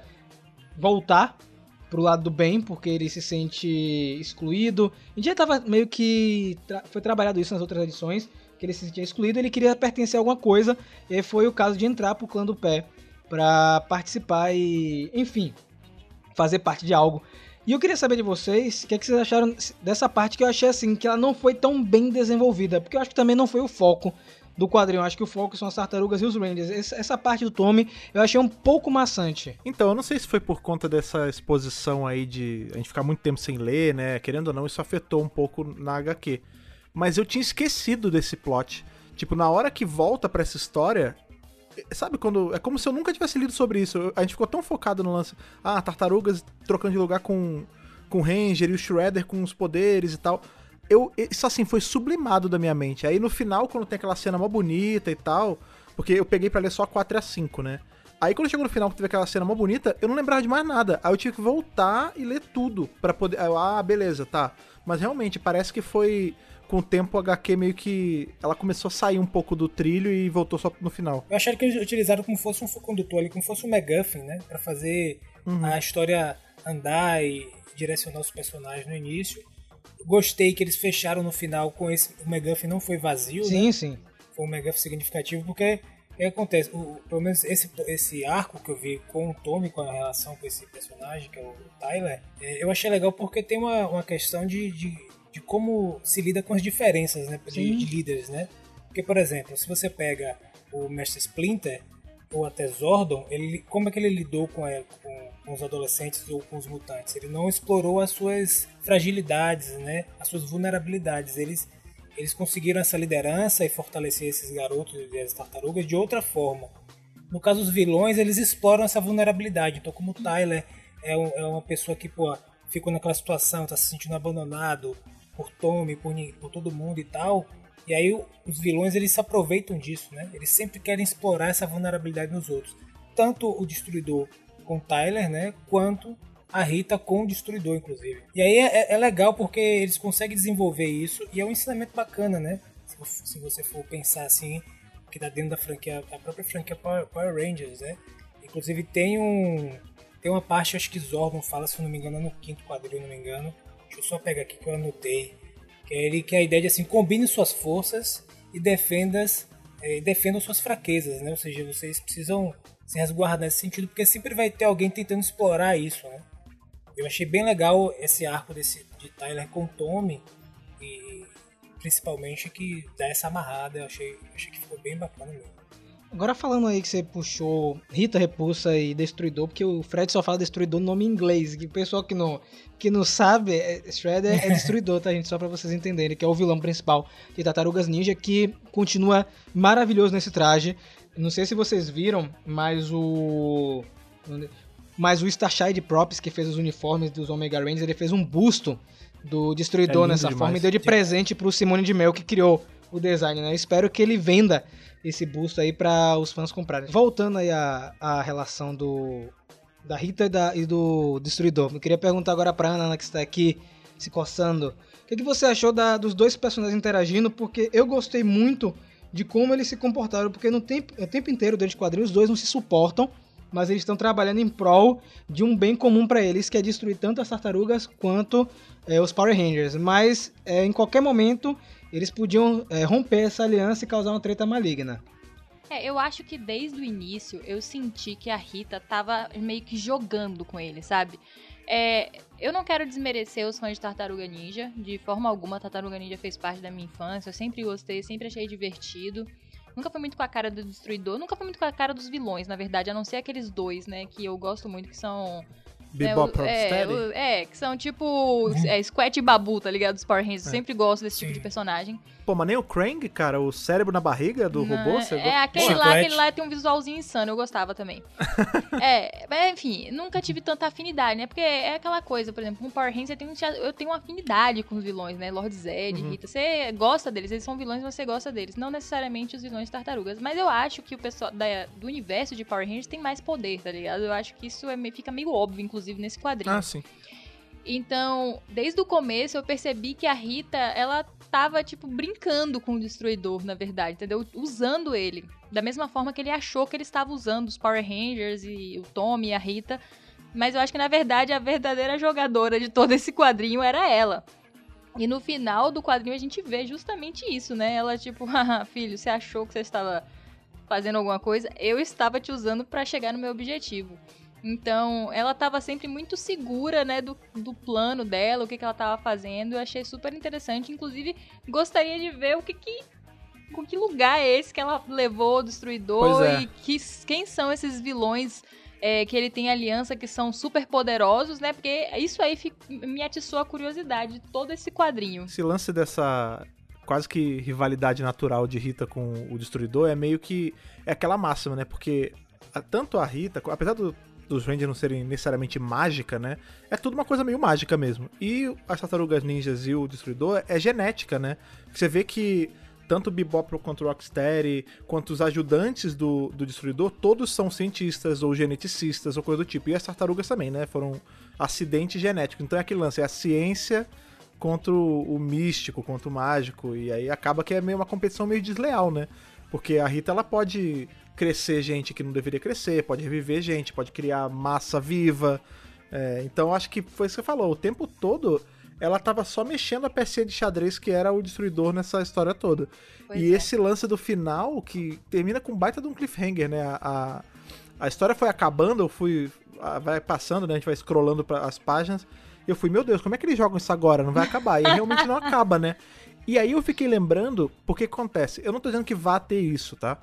voltar pro lado do bem, porque ele se sente excluído. A gente já tava meio que... Tra- foi trabalhado isso nas outras edições, que ele se sentia excluído, ele queria pertencer a alguma coisa, e aí foi o caso de entrar pro clã do pé pra participar e, enfim, fazer parte de algo. E eu queria saber de vocês, o que, é que vocês acharam dessa parte que eu achei assim, que ela não foi tão bem desenvolvida, porque eu acho que também não foi o foco do quadrinho, eu acho que o foco são as tartarugas e os Rangers. Essa parte do Tommy eu achei um pouco maçante. Então, eu não sei se foi por conta dessa exposição aí de a gente ficar muito tempo sem ler, né, querendo ou não, isso afetou um pouco na agá quê. Mas eu tinha esquecido desse plot. Tipo, na hora que volta pra essa história... Sabe quando... É como se eu nunca tivesse lido sobre isso. A gente ficou tão focado no lance... Ah, tartarugas trocando de lugar com, com o Ranger e o Shredder com os poderes e tal. Eu, isso, assim, foi sublimado da minha mente. Aí, no final, quando tem aquela cena mó bonita e tal... Porque eu peguei pra ler só a quatro e a cinco, né? Aí, quando chegou no final, que teve aquela cena mó bonita, eu não lembrava de mais nada. Aí eu tive que voltar e ler tudo pra poder... Aí eu, ah, beleza, tá. Mas, realmente, parece que foi... Com o tempo, a agá quê meio que... Ela começou a sair um pouco do trilho e voltou só no final. Eu achei que eles utilizaram como fosse um condutor ali, como fosse um MacGuffin, né? Pra fazer uhum. a história andar e direcionar os personagens no início. Gostei que eles fecharam no final com esse... O MacGuffin não foi vazio, sim, né? Sim, Foi um MacGuffin significativo, porque... O que acontece? O, pelo menos esse, esse arco que eu vi com o Tommy, com a relação com esse personagem, que é o Tyler, é, eu achei legal porque tem uma, uma questão de... de de como se lida com as diferenças, né, de, de líderes, né? Porque, por exemplo, se você pega o Mestre Splinter ou até Zordon, ele, como é que ele lidou com, a, com, com os adolescentes ou com os mutantes? Ele não explorou as suas fragilidades, né, as suas vulnerabilidades. Eles, eles conseguiram essa liderança e fortalecer esses garotos e as tartarugas de outra forma. No caso dos vilões, eles exploram essa vulnerabilidade. Então, como o Tyler é, um, é uma pessoa que, pô, ficou naquela situação, está se sentindo abandonado por Tommy, por, por todo mundo e tal. E aí os vilões, eles se aproveitam disso, né? Eles sempre querem explorar essa vulnerabilidade nos outros. Tanto o Destruidor com o Tyler, né? Quanto a Rita com o Destruidor, inclusive. E aí é, é legal porque eles conseguem desenvolver isso e é um ensinamento bacana, né? Se, se você for pensar assim, que tá dentro da franquia, a própria franquia Power, Power Rangers, né? Inclusive tem um... Tem uma parte, acho que Zordon fala, se eu não me engano, no quinto quadrinho, não me engano. Deixa eu só pegar aqui que eu anotei. Que é, ele, que é a ideia de assim, combine suas forças e defendas, é, defendam suas fraquezas, né? Ou seja, vocês precisam se resguardar nesse sentido, porque sempre vai ter alguém tentando explorar isso, né? Eu achei bem legal esse arco desse, de Tyler com Tommy, e principalmente que dá essa amarrada, eu achei, achei que ficou bem bacana mesmo. Agora falando aí que você puxou Rita Repulsa e Destruidor, porque o Fred só fala Destruidor no nome em inglês, que o pessoal que não, que não sabe, é, Shredder é Destruidor, tá, gente? Só pra vocês entenderem, que é o vilão principal de Tartarugas Ninja, que continua maravilhoso nesse traje. Não sei se vocês viram, mas o... Mas o Starshide Props, que fez os uniformes dos Omega Rangers, ele fez um busto do Destruidor é nessa demais. forma e deu de presente pro Simone de Mel, que criou o design, né? Eu espero que ele venda esse busto aí para os fãs comprarem. Voltando aí à, à relação do da Rita e, da, e do Destruidor, eu queria perguntar agora pra Ana, Ana que está aqui se coçando, o que, que você achou da, dos dois personagens interagindo, porque eu gostei muito de como eles se comportaram, porque no tempo, o tempo inteiro dentro de quadrinhos os dois não se suportam, mas eles estão trabalhando em prol de um bem comum para eles, que é destruir tanto as tartarugas quanto é, os Power Rangers, mas é, em qualquer momento eles podiam é, romper essa aliança e causar uma treta maligna. É, eu acho que desde o início eu senti que a Rita tava meio que jogando com ele, sabe? É, eu não quero desmerecer os fãs de Tartaruga Ninja, de forma alguma. Tartaruga Ninja fez parte da minha infância, eu sempre gostei, sempre achei divertido. Nunca foi muito com a cara do Destruidor, nunca foi muito com a cara dos vilões, na verdade, a não ser aqueles dois, né, que eu gosto muito, que são... Bebop, é, Rocksteady? o, é, que são tipo é, Squat e Babu, tá ligado? Dos Power Rangers. Eu É. sempre gosto desse tipo Sim. de personagem. Pô, mas nem o Krang, cara, o cérebro na barriga do Não, robô, você É, aquele Chiclete. lá, aquele lá tem um visualzinho insano, eu gostava também. é, mas enfim, nunca tive tanta afinidade, né? Porque é aquela coisa, por exemplo, com Power Rangers eu tenho, eu tenho uma afinidade com os vilões, né? Lord Zed, Uhum. Rita. Você gosta deles, eles são vilões, você gosta deles. Não necessariamente os vilões de tartarugas. Mas eu acho que o pessoal da, do universo de Power Rangers tem mais poder, tá ligado? Eu acho que isso é, fica meio óbvio, inclusive, nesse quadrinho. Ah, sim. Então, desde o começo eu percebi que a Rita, ela tava, tipo, brincando com o Destruidor, na verdade, entendeu? Usando ele. Da mesma forma que ele achou que ele estava usando os Power Rangers e o Tommy e a Rita. Mas eu acho que, na verdade, a verdadeira jogadora de todo esse quadrinho era ela. E no final do quadrinho a gente vê justamente isso, né? Ela, tipo, haha, filho, você achou que você estava fazendo alguma coisa? Eu estava te usando para chegar no meu objetivo. Então, ela estava sempre muito segura, né, do, do plano dela, o que, que ela estava fazendo. Eu achei super interessante. Inclusive, gostaria de ver o que que... com que lugar é esse que ela levou o Destruidor Pois é. e que, quem são esses vilões é, que ele tem aliança que são super poderosos, né? Porque isso aí fica, me atiçou a curiosidade de todo esse quadrinho. Esse lance dessa quase que rivalidade natural de Rita com o Destruidor é meio que... é aquela máxima, né? Porque a- tanto a Rita, apesar do dos Rangers não serem necessariamente mágica, né? É tudo uma coisa meio mágica mesmo. E as Tartarugas Ninjas e o Destruidor é genética, né? Você vê que tanto o Bebop quanto o Rocksteady, quanto os ajudantes do, do Destruidor, todos são cientistas ou geneticistas ou coisa do tipo. E as tartarugas também, né? Foram acidentes genéticos. Então é aquele lance, é a ciência contra o, o místico, contra o mágico. E aí acaba que é meio uma competição meio desleal, né? Porque a Rita, ela pode crescer gente que não deveria crescer, pode reviver gente, pode criar massa viva. É, então acho que foi isso que você falou. O tempo todo ela tava só mexendo a pecinha de xadrez que era o Destruidor nessa história toda. Pois e é. esse lance do final, que termina com um baita de um cliffhanger, né? A, a, a história foi acabando, eu fui... a- vai passando, né? A gente vai scrollando para as páginas. E eu fui, meu Deus, como é que eles jogam isso agora? Não vai acabar. E realmente não acaba, né? E aí eu fiquei lembrando, porque acontece, eu não tô dizendo que vá ter isso, tá?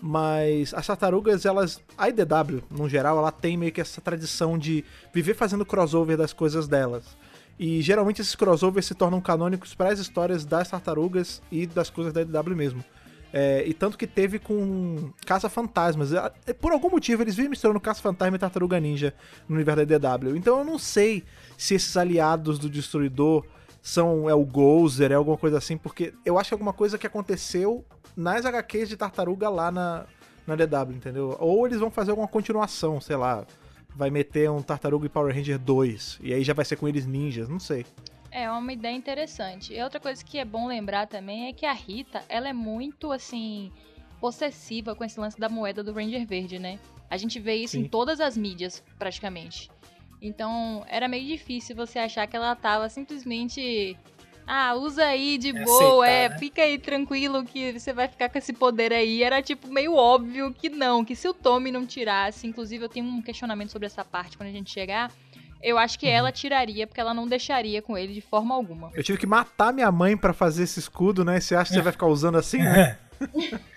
Mas as tartarugas, elas... A I D W, no geral, ela tem meio que essa tradição de viver fazendo crossover das coisas delas. E geralmente esses crossovers se tornam canônicos para as histórias das tartarugas e das coisas da I D W mesmo. É, e tanto que teve com Caça-Fantasmas. É, por algum motivo eles vivem misturando Caça-Fantasma e Tartaruga Ninja no universo da I D W. Então eu não sei se esses aliados do Destruidor são é o Gozer, é alguma coisa assim, porque eu acho que é alguma coisa que aconteceu nas H Qs de Tartaruga lá na, na I D W, entendeu? Ou eles vão fazer alguma continuação, sei lá, vai meter um Tartaruga e Power Ranger dois, e aí já vai ser com eles ninjas, não sei. É uma ideia interessante. E outra coisa que é bom lembrar também é que a Rita, ela é muito, assim, possessiva com esse lance da moeda do Ranger Verde, né? A gente vê isso Sim. em todas as mídias, praticamente. Então, era meio difícil você achar que ela tava simplesmente... Ah, usa aí de É boa, aceitar, é, né? fica aí tranquilo que você vai ficar com esse poder aí. Era, tipo, meio óbvio que não, que se o Tommy não tirasse... Inclusive, eu tenho um questionamento sobre essa parte quando a gente chegar... Eu acho que ela tiraria, porque ela não deixaria com ele de forma alguma. Eu tive que matar minha mãe pra fazer esse escudo, né? E você acha que você vai ficar usando assim, né?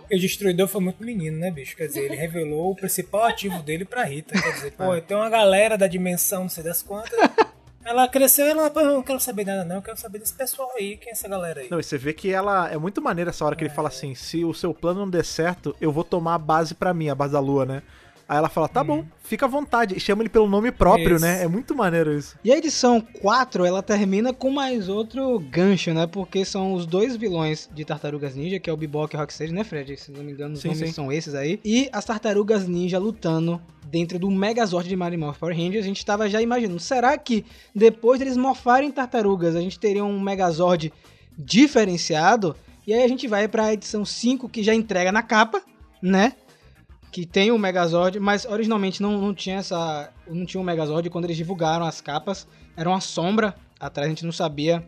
O Destruidor foi muito menino, né, bicho? Quer dizer, ele revelou o principal ativo dele pra Rita. Quer dizer, pô, tem uma galera da dimensão, não sei das quantas. Ela cresceu e ela, pô, eu não quero saber nada não, eu quero saber desse pessoal aí, quem é essa galera aí? Não, e você vê que ela é muito maneira essa hora que é. ele fala assim, se o seu plano não der certo, eu vou tomar a base pra mim, a base da lua, né? Aí ela fala, tá hum. bom, fica à vontade. E chama ele pelo nome próprio, isso. né? É muito maneiro isso. E a edição quatro, ela termina com mais outro gancho, né? Porque são os dois vilões de Tartarugas Ninja, que é o Bebop e o Rocksteady, né, Fred? Se não me engano, os sim, nomes sim. são esses aí. E as Tartarugas Ninja lutando dentro do Megazord de Mighty Morphin Power Rangers. A gente tava já imaginando, será que depois deles morfarem tartarugas, a gente teria um Megazord diferenciado? E aí a gente vai pra edição cinco, que já entrega na capa, né? Que tem o Megazord, mas originalmente não, não tinha essa, não tinha um Megazord. Quando eles divulgaram as capas, era uma sombra atrás, a gente não sabia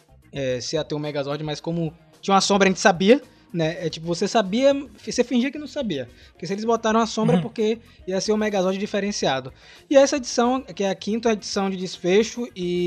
é, se ia ter um Megazord, mas como tinha uma sombra a gente sabia, né? É tipo, você sabia, você fingia que não sabia, porque se eles botaram a sombra é uhum. porque ia ser um Megazord diferenciado. E essa edição, que é a quinta edição de desfecho,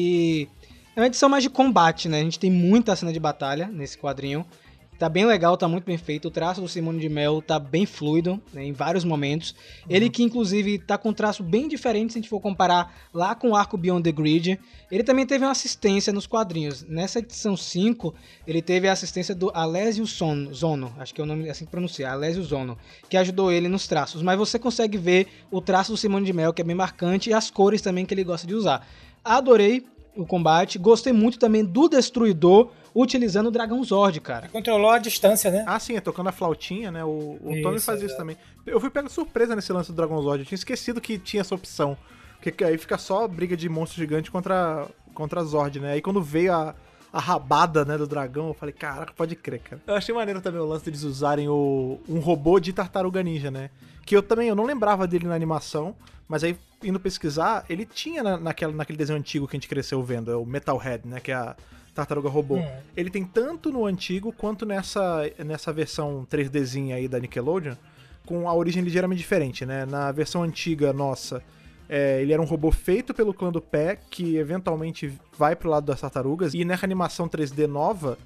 e é uma edição mais de combate, né? A gente tem muita cena de batalha nesse quadrinho. Tá bem legal, tá muito bem feito. O traço do Simone de Mel tá bem fluido, né, em vários momentos. Uhum. Ele que, inclusive, tá com um traço bem diferente se a gente for comparar lá com o arco Beyond the Grid. Ele também teve uma assistência nos quadrinhos. Nessa edição cinco, ele teve a assistência do Alessio Zono, Zono, acho que é o nome assim que pronuncia, Alessio Zono, que ajudou ele nos traços. Mas você consegue ver o traço do Simone de Mel, que é bem marcante, e as cores também que ele gosta de usar. Adorei o combate, gostei muito também do Destruidor, utilizando o Dragão Zord, cara. Controlou a distância, né? Ah, sim, é tocando a flautinha, né? O, o Tommy faz isso também. Eu fui pego surpresa nesse lance do Dragão Zord. Eu tinha esquecido que tinha essa opção. Porque aí fica só briga de monstro gigante contra, contra Zord, né? Aí quando veio a, a rabada, né, do dragão, eu falei, caraca, pode crer, cara. Eu achei maneiro também o lance deles usarem o, um robô de Tartaruga Ninja, né? Que eu também, eu não lembrava dele na animação, mas aí, indo pesquisar, ele tinha na, naquela, naquele desenho antigo que a gente cresceu vendo, é o Metalhead, né? Que é a Tartaruga Robô. Hum. Ele tem tanto no antigo quanto nessa, nessa versão três Dzinha aí da Nickelodeon, com a origem ligeiramente diferente, né? Na versão antiga nossa, é, ele era um robô feito pelo clã do Pé, que eventualmente vai pro lado das tartarugas, e nessa animação três D nova,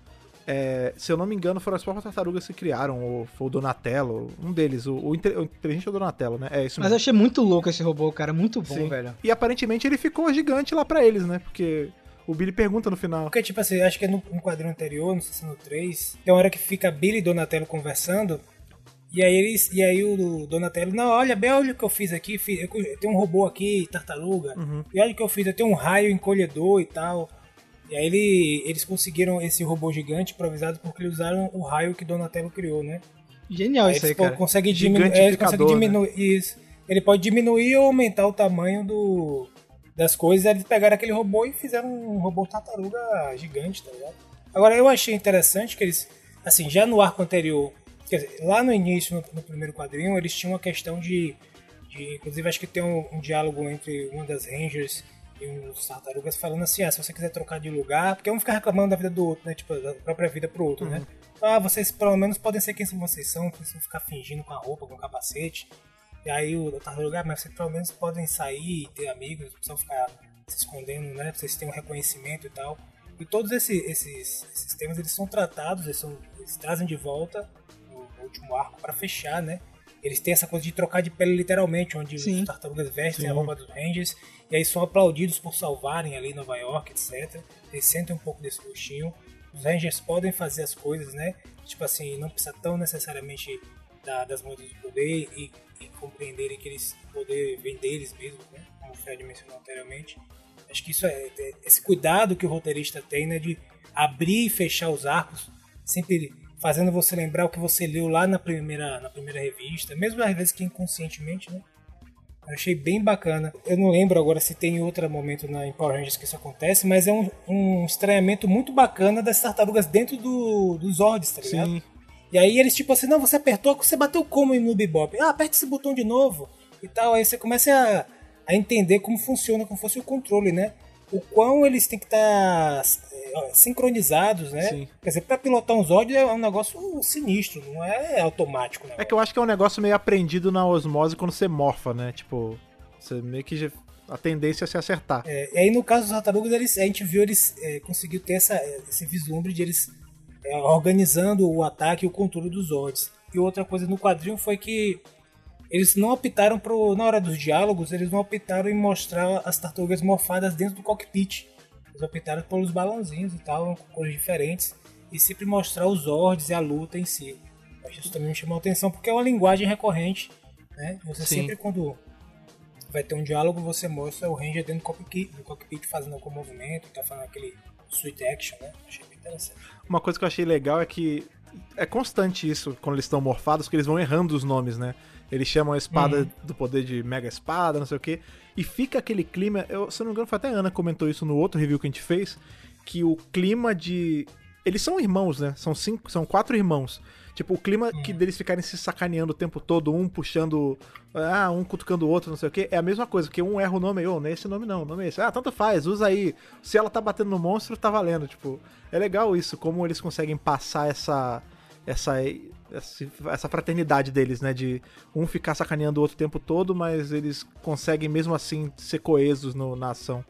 é, se eu não me engano, foram as próprias tartarugas que criaram, ou foi o Donatello, um deles, o, o, o inteligente é o Donatello, né? É isso mesmo. Mas eu achei muito louco esse robô, cara, muito bom, Sim. velho. E aparentemente ele ficou gigante lá pra eles, né? Porque o Billy pergunta no final. Porque, tipo assim, acho que é no, no quadrinho anterior, não sei se é no três, tem uma hora que fica Billy e Donatello conversando, e aí eles, e aí o Donatello, não, olha bem, olha o que eu fiz aqui, fiz, eu, eu tenho um robô aqui, tartaruga, uhum. e olha o que eu fiz, eu tenho um raio encolhedor e tal. E aí ele, eles conseguiram esse robô gigante improvisado porque eles usaram o raio que Donatello criou, né? Genial aí isso aí, cara. Consegue diminu- é, ele consegue diminuir, né? Isso. Ele pode diminuir ou aumentar o tamanho do, das coisas. Eles pegaram aquele robô e fizeram um robô tartaruga gigante, tá ligado? Agora, eu achei interessante que eles, assim, já no arco anterior, quer dizer, lá no início, no, no primeiro quadrinho, eles tinham uma questão de, de inclusive acho que tem um, um diálogo entre uma das Rangers e uns tartarugas falando assim, ah, se você quiser trocar de lugar, porque um fica reclamando da vida do outro, né, tipo, da própria vida pro outro, uhum. né, ah, vocês pelo menos podem ser quem vocês são, vocês vão ficar fingindo com a roupa, com o capacete, e aí o tartaruga, ah, mas vocês pelo menos podem sair e ter amigos, não precisam ficar se escondendo, né, vocês têm um reconhecimento e tal, e todos esses, esses, esses temas, eles são tratados, eles, são, eles trazem de volta no, no último arco pra fechar, né. Eles têm essa coisa de trocar de pele literalmente, onde Sim. os tartarugas vestem Sim. a roupa dos Rangers e aí são aplaudidos por salvarem ali Nova York, etcétera. Eles sentem um pouco desse gostinho. Os Rangers podem fazer as coisas, né? Tipo assim, não precisa tão necessariamente da, das moedas de poder e, e compreenderem que eles poder vem deles mesmo, né? Como o Fred mencionou anteriormente. Acho que isso é, é esse cuidado que o roteirista tem, né? De abrir e fechar os arcos, sempre fazendo você lembrar o que você leu lá na primeira, na primeira revista, mesmo às vezes que inconscientemente, né? Eu achei bem bacana. Eu não lembro agora se tem outro momento na em Power Rangers que isso acontece, mas é um, um estranhamento muito bacana das tartarugas dentro do, dos Zords, tá ligado? Sim. E aí eles tipo assim, não, você apertou, você bateu como no Bebop? Ah, aperta esse botão de novo e tal. Aí você começa a, a entender como funciona, como fosse o controle, né? O quão eles têm que estar é, sincronizados, né? Sim. Quer dizer, pra pilotar um Zord é um negócio sinistro, não é automático. Né? É que eu acho que é um negócio meio aprendido na osmose quando você morfa, né? Tipo, você meio que a tendência é se acertar. É, e aí no caso dos tartarugas, eles, a gente viu eles é, conseguiu ter essa, esse vislumbre de eles é, organizando o ataque e o controle dos Zords. E outra coisa no quadrinho foi que eles não optaram, pro, na hora dos diálogos, eles não optaram em mostrar as tartarugas morfadas dentro do cockpit. Eles optaram pelos balãozinhos e tal, com cores diferentes. E sempre mostrar os Zords e a luta em si. Acho que isso também me chamou a atenção, porque é uma linguagem recorrente, né? Você Sim. sempre, quando vai ter um diálogo, você mostra o Ranger dentro do cockpit, do cockpit fazendo algum movimento, tá fazendo aquele sweet action, né? Achei bem interessante. Uma coisa que eu achei legal é que é constante isso, quando eles estão morfados, que eles vão errando os nomes, né? Eles chamam a espada uhum. do poder de mega espada, não sei o quê. E fica aquele clima, eu, se eu não me engano, foi até a Ana comentou isso no outro review que a gente fez, que o clima de... Eles são irmãos, né? São cinco, são quatro irmãos. Tipo, o clima uhum. que deles ficarem se sacaneando o tempo todo, um puxando... Ah, um cutucando o outro, não sei o quê. É a mesma coisa, porque um erra o nome, oh, não é esse nome não, o nome é esse. Ah, tanto faz, usa aí. Se ela tá batendo no monstro, tá valendo. Tipo, é legal isso, como eles conseguem passar essa... Essa, essa fraternidade deles, né? De um ficar sacaneando o outro o tempo todo, mas eles conseguem mesmo assim ser coesos no, na ação.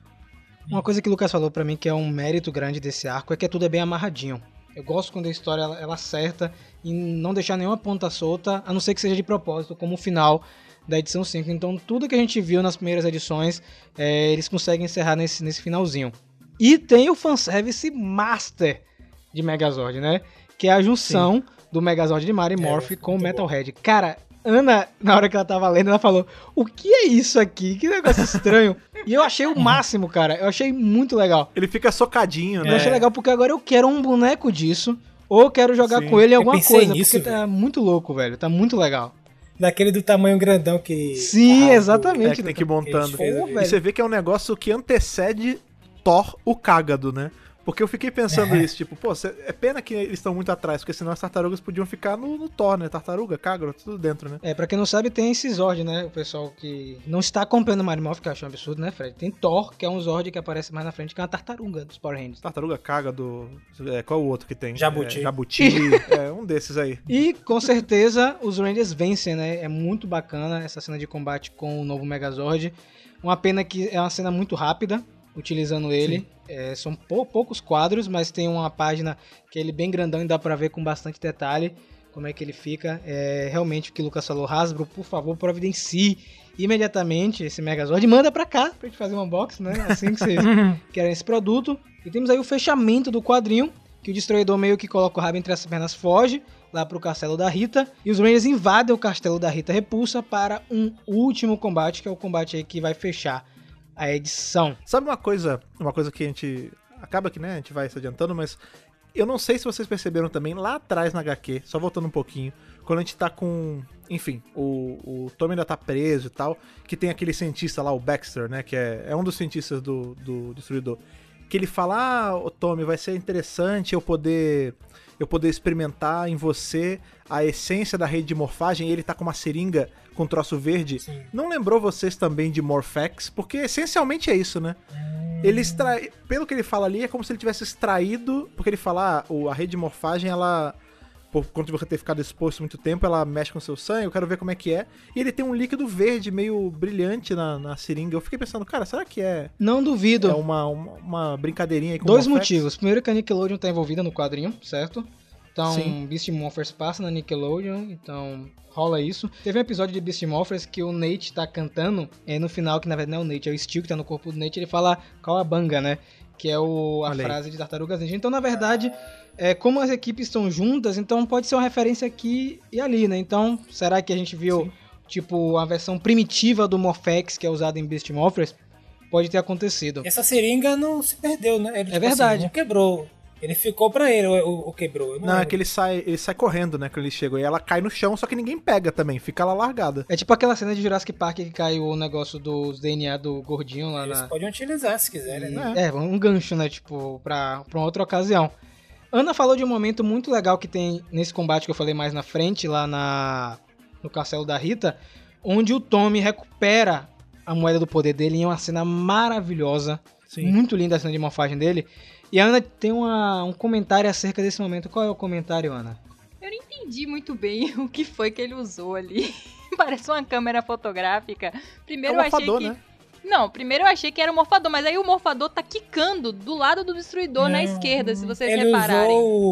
Uma coisa que o Lucas falou pra mim que é um mérito grande desse arco é que tudo é bem amarradinho. Eu gosto quando a história ela, ela acerta e não deixar nenhuma ponta solta, a não ser que seja de propósito, como o final da edição cinco. Então tudo que a gente viu nas primeiras edições, é, eles conseguem encerrar nesse, nesse finalzinho. E tem o fanservice master de Megazord, né? Que é a junção Sim. do Megazord de Mighty Morph é, com o Metalhead. Bom. Cara, Ana, na hora que ela tava lendo, ela falou, o que é isso aqui? Que negócio estranho. E eu achei o máximo, cara. Eu achei muito legal. Ele fica socadinho, né? Eu achei legal porque agora eu quero um boneco disso, ou eu quero jogar Sim. com ele em alguma coisa, nisso, porque velho. Tá muito louco, velho. Tá muito legal. Daquele do tamanho grandão que... Sim, ah, exatamente. É, que tem que ir montando. Pô, e você vê que é um negócio que antecede Thor, o Cágado, né? Porque eu fiquei pensando é. isso, tipo, pô, é pena que eles estão muito atrás, porque senão as tartarugas podiam ficar no, no Thor, né? Tartaruga, Cágado, tudo dentro, né? É, pra quem não sabe, tem esse Zord, né? O pessoal que não está acompanhando o Mighty Morph, que eu acho um absurdo, né, Fred? Tem Thor, que é um Zord que aparece mais na frente, que é uma tartaruga dos Power Rangers. Tartaruga, Cágado, é, qual o outro que tem? Jabuti. É, Jabuti, é, um desses aí. E, com certeza, os Rangers vencem, né? É muito bacana essa cena de combate com o novo Megazord. Uma pena que é uma cena muito rápida, utilizando ele. É, são pou, poucos quadros, mas tem uma página que ele é bem grandão e dá pra ver com bastante detalhe como é que ele fica. É, realmente o que o Lucas falou, Hasbro, por favor, providencie imediatamente esse Megazord e manda pra cá pra gente fazer um unboxing, né? Assim que vocês querem esse produto. E temos aí o fechamento do quadrinho, que o Destruidor meio que coloca o rabo entre as pernas, foge lá pro castelo da Rita, e os Rangers invadem o castelo da Rita Repulsa para um último combate, que é o combate aí que vai fechar a edição. Sabe uma coisa, uma coisa que a gente acaba que, né, a gente vai se adiantando, mas eu não sei se vocês perceberam também lá atrás na agá quê, só voltando um pouquinho, quando a gente tá com, enfim, o, o Tommy ainda tá preso e tal, que tem aquele cientista lá, o Baxter, né, que é, é um dos cientistas do, do Destruidor, que ele fala, ah, ô Tommy, vai ser interessante eu poder, eu poder experimentar em você a essência da rede de morfagem, e ele tá com uma seringa com um troço verde. Sim. Não lembrou vocês também de Morphex? Porque essencialmente é isso, né? Hum. Ele extrai... Pelo que ele fala ali, é como se ele tivesse extraído, porque ele fala, ah, a rede de morfagem, ela, por conta de você ter ficado exposto muito tempo, ela mexe com o seu sangue, eu quero ver como é que é. E ele tem um líquido verde meio brilhante na, na seringa. Eu fiquei pensando, cara, será que é... Não duvido. É uma, uma, uma brincadeirinha aí com Dois Morphex? motivos. Primeiro que a Nickelodeon tá envolvida no quadrinho, certo? Então, Sim. Beast Morphers passa na Nickelodeon, então rola isso. Teve um episódio de Beast Morphers que o Nate tá cantando, é, no final, que na verdade não é o Nate, é o Steel que tá no corpo do Nate, ele fala Cowabunga, né? Que é o, a Olhei. frase de Tartarugas Ninja. Então, na verdade, é, como as equipes estão juntas, então pode ser uma referência aqui e ali, né? Então, será que a gente viu, Sim. tipo, a versão primitiva do Morphex, que é usada em Beast Morphers? Pode ter acontecido. Essa seringa não se perdeu, né? Ele, é tipo, verdade. Assim, não quebrou. Ele ficou pra ele, ou, ou quebrou? Não, não é que ele sai, ele sai correndo, né, quando ele chega. E ela cai no chão, só que ninguém pega também, fica lá largada. É tipo aquela cena de Jurassic Park que caiu o negócio dos D N A do gordinho lá Eles na... podem utilizar se quiserem, né? É, um gancho, né, tipo, pra, pra uma outra ocasião. Ana falou de um momento muito legal que tem nesse combate que eu falei mais na frente, lá na, no castelo da Rita, onde o Tommy recupera a moeda do poder dele em uma cena maravilhosa. Sim. Muito linda a cena de morfagem dele. E a Ana tem uma, um comentário acerca desse momento. Qual é o comentário, Ana? Eu não entendi muito bem o que foi que ele usou ali. Parece uma câmera fotográfica. Primeiro é um eu achei morfador, que... né? Não, primeiro eu achei que era o morfador, mas aí o morfador tá quicando do lado do destruidor, não, na esquerda, se vocês ele repararem. Usou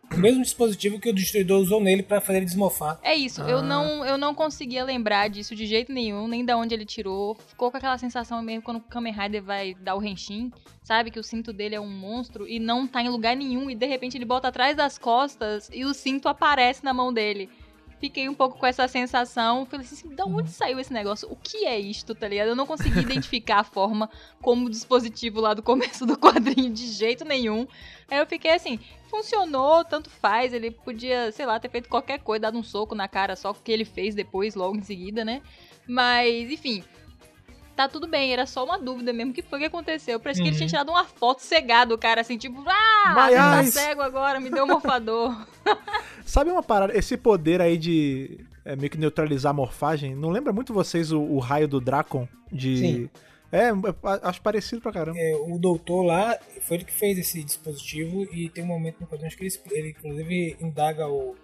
o mesmo dispositivo que o Destruidor usou nele pra fazer ele desmorfar. É isso, Ah. eu, não, eu não conseguia lembrar disso de jeito nenhum, nem da onde ele tirou. Ficou com aquela sensação mesmo quando o Kamen Rider vai dar o Henshin, sabe? Que o cinto dele é um monstro e não tá em lugar nenhum, e de repente ele bota atrás das costas e o cinto aparece na mão dele. Fiquei um pouco com essa sensação, falei assim, da onde saiu esse negócio? O que é isto, tá ligado? Eu não consegui identificar a forma como o dispositivo lá do começo do quadrinho de jeito nenhum. Aí eu fiquei assim, funcionou, tanto faz, ele podia, sei lá, ter feito qualquer coisa, dado um soco na cara, só que ele fez depois, logo em seguida, né? Mas, enfim, tá tudo bem, era só uma dúvida mesmo, o que foi que aconteceu? Parece que ele tinha tirado uma foto cegado, o cara, assim, tipo, ah, My você tá eyes. cego agora, me deu um morfador. Sabe uma parada, esse poder aí de é, meio que neutralizar a morfagem, não lembra muito vocês o, o raio do Dracon? De... Sim. É, acho parecido pra caramba. É, o doutor lá, foi ele que fez esse dispositivo e tem um momento no quadrinho que ele, ele inclusive indaga o,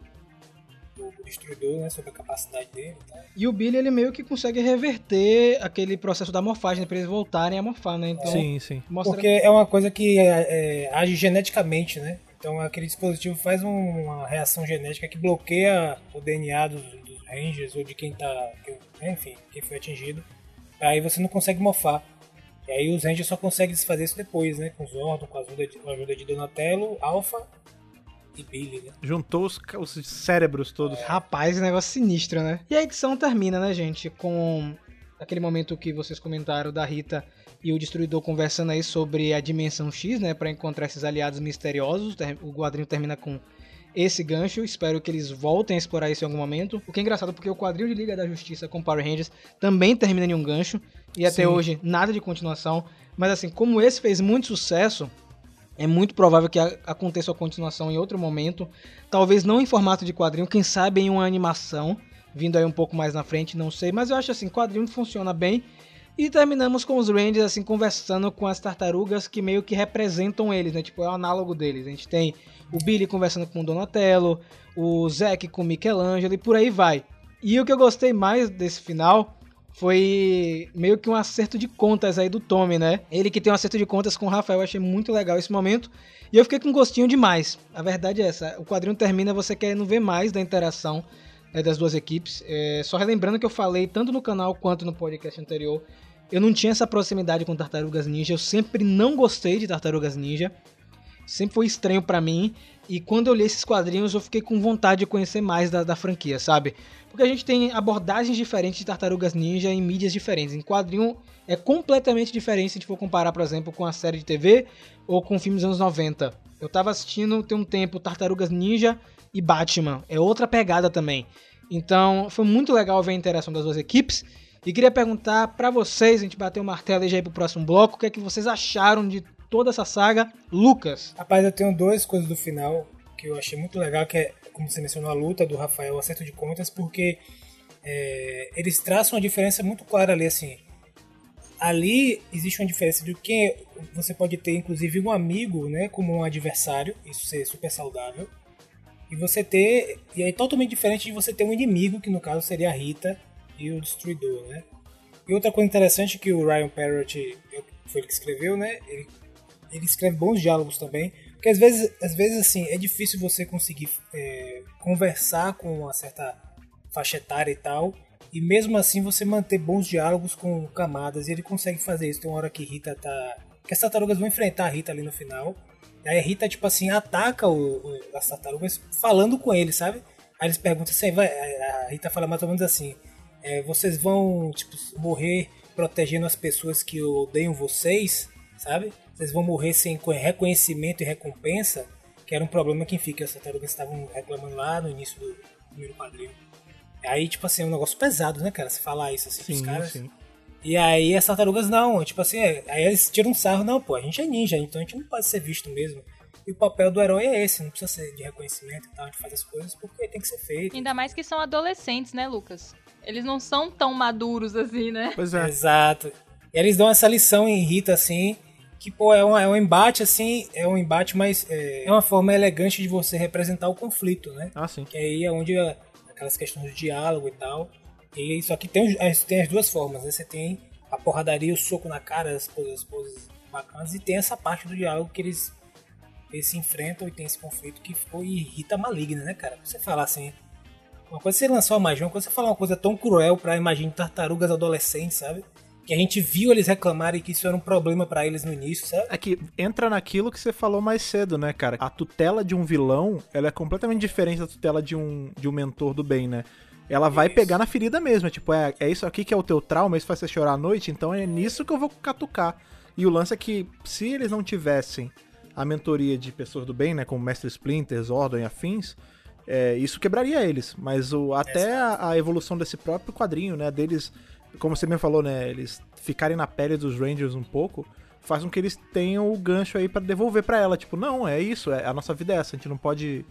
o Destruidor, né, sobre a capacidade dele e tal. E o Billy, ele meio que consegue reverter aquele processo da morfagem, né, pra eles voltarem a morfar, né? Então, Sim, sim. mostra... Porque é uma coisa que é, é, age geneticamente, né? Então aquele dispositivo faz um, uma reação genética que bloqueia o D N A dos, dos Rangers ou de quem tá, enfim, quem foi atingido. Aí você não consegue morfar. E aí os Rangers só conseguem desfazer isso depois, né? Com os Zordon, com a ajuda de, com a ajuda de Donatello, Alpha e Billy, né? Juntou os, os cérebros todos. Rapaz, esse negócio sinistro, né? E a edição termina, né, gente, com aquele momento que vocês comentaram da Rita e o Destruidor conversando aí sobre a Dimensão X, né, pra encontrar esses aliados misteriosos. O quadrinho termina com esse gancho, espero que eles voltem a explorar isso em algum momento. O que é engraçado porque o quadrinho de Liga da Justiça com Power Rangers também termina em um gancho, e até Sim. hoje nada de continuação. Mas assim, como esse fez muito sucesso, é muito provável que a- aconteça a continuação em outro momento. Talvez não em formato de quadrinho, quem sabe em uma animação, vindo aí um pouco mais na frente, não sei. Mas eu acho assim, quadrinho funciona bem. E terminamos com os Rangers, assim, conversando com as tartarugas que meio que representam eles, né? Tipo, é o análogo deles. A gente tem o Billy conversando com o Donatello, o Zack com o Michelangelo e por aí vai. E o que eu gostei mais desse final foi meio que um acerto de contas aí do Tommy, né? Ele que tem um acerto de contas com o Rafael, eu achei muito legal esse momento. E eu fiquei com gostinho demais. A verdade é essa, o quadrinho termina, você querendo ver mais da interação é, das duas equipes. É, só relembrando que eu falei, tanto no canal quanto no podcast anterior, eu não tinha essa proximidade com Tartarugas Ninja, eu sempre não gostei de Tartarugas Ninja, sempre foi estranho pra mim, e quando eu li esses quadrinhos eu fiquei com vontade de conhecer mais da, da franquia, sabe? Porque a gente tem abordagens diferentes de Tartarugas Ninja em mídias diferentes, em quadrinho é completamente diferente se a gente for comparar, por exemplo, com a série de T V ou com filmes dos anos noventa. Eu tava assistindo tem um tempo Tartarugas Ninja e Batman, é outra pegada também. Então foi muito legal ver a interação das duas equipes. E queria perguntar pra vocês, a gente bateu o martelo e já ir pro próximo bloco, o que é que vocês acharam de toda essa saga? Lucas. Rapaz, eu tenho duas coisas do final que eu achei muito legal, que é, como você mencionou, a luta do Rafael, o acerto de contas, porque é, eles traçam uma diferença muito clara ali, assim. Ali existe uma diferença do que você pode ter, inclusive, um amigo, né, como um adversário, isso ser super saudável, e você ter, e é totalmente diferente de você ter um inimigo, que no caso seria a Rita e o Destruidor, né? E outra coisa interessante que o Ryan Parrott, foi ele que escreveu, né? Ele, ele escreve bons diálogos também, porque às vezes, às vezes assim, é difícil você conseguir é, conversar com uma certa faixa etária e tal, e mesmo assim você manter bons diálogos com camadas, e ele consegue fazer isso. Tem uma hora que Rita tá... que as tartarugas vão enfrentar a Rita ali no final, e aí a Rita, tipo assim, ataca o, o, as tartarugas falando com ele, sabe? Aí eles perguntam assim, vai, a Rita fala mais ou menos assim, é, vocês vão, tipo, morrer protegendo as pessoas que odeiam vocês, sabe? Vocês vão morrer sem reconhecimento e recompensa, que era um problema que, enfim, que as tartarugas estavam reclamando lá no início do primeiro quadrinho. Aí, tipo assim, é um negócio pesado, né, cara? Você falar isso assim Sim, pros caras. sim. E aí as tartarugas não, tipo assim, é, aí eles tiram um sarro, não, pô, a gente é ninja, então a gente não pode ser visto mesmo. E o papel do herói é esse, não precisa ser de reconhecimento e tal, a gente faz as coisas porque tem que ser feito. Ainda mais que são adolescentes, né, Lucas? Eles não são tão maduros assim, né? Pois é. Exato. E eles dão essa lição em Rita, assim, que, pô, é um, é um embate, assim, é um embate, mas é, é uma forma elegante de você representar o conflito, né? Ah, sim. Que aí é onde a, aquelas questões de diálogo e tal. E só que tem, os- tem as duas formas, né? Você tem a porradaria, o soco na cara, as coisas, as coisas bacanas, e tem essa parte do diálogo que eles eles se enfrentam e tem esse conflito que ficou e Rita maligna, né, cara? Você falar assim, uma coisa é você lançar uma magia, uma coisa é você falar uma coisa tão cruel pra, imagine, tartarugas adolescentes, sabe? Que a gente viu eles reclamarem que isso era um problema pra eles no início, sabe? É que entra naquilo que você falou mais cedo, né, cara? A tutela de um vilão, ela é completamente diferente da tutela de um, de um mentor do bem, né? Ela vai Isso. pegar na ferida mesmo, é tipo, é, é isso aqui que é o teu trauma, isso faz você chorar à noite, então é nisso que eu vou catucar. E o lance é que, se eles não tivessem a mentoria de pessoas do bem, né, como Mestre Splinter, Zordon e afins, é, isso quebraria eles. Mas o, até a, a evolução desse próprio quadrinho, né, deles, como você mesmo falou, né, eles ficarem na pele dos Rangers um pouco, faz com que eles tenham o gancho aí pra devolver pra ela. Tipo, não, é isso, é, a nossa vida é essa, a gente não pode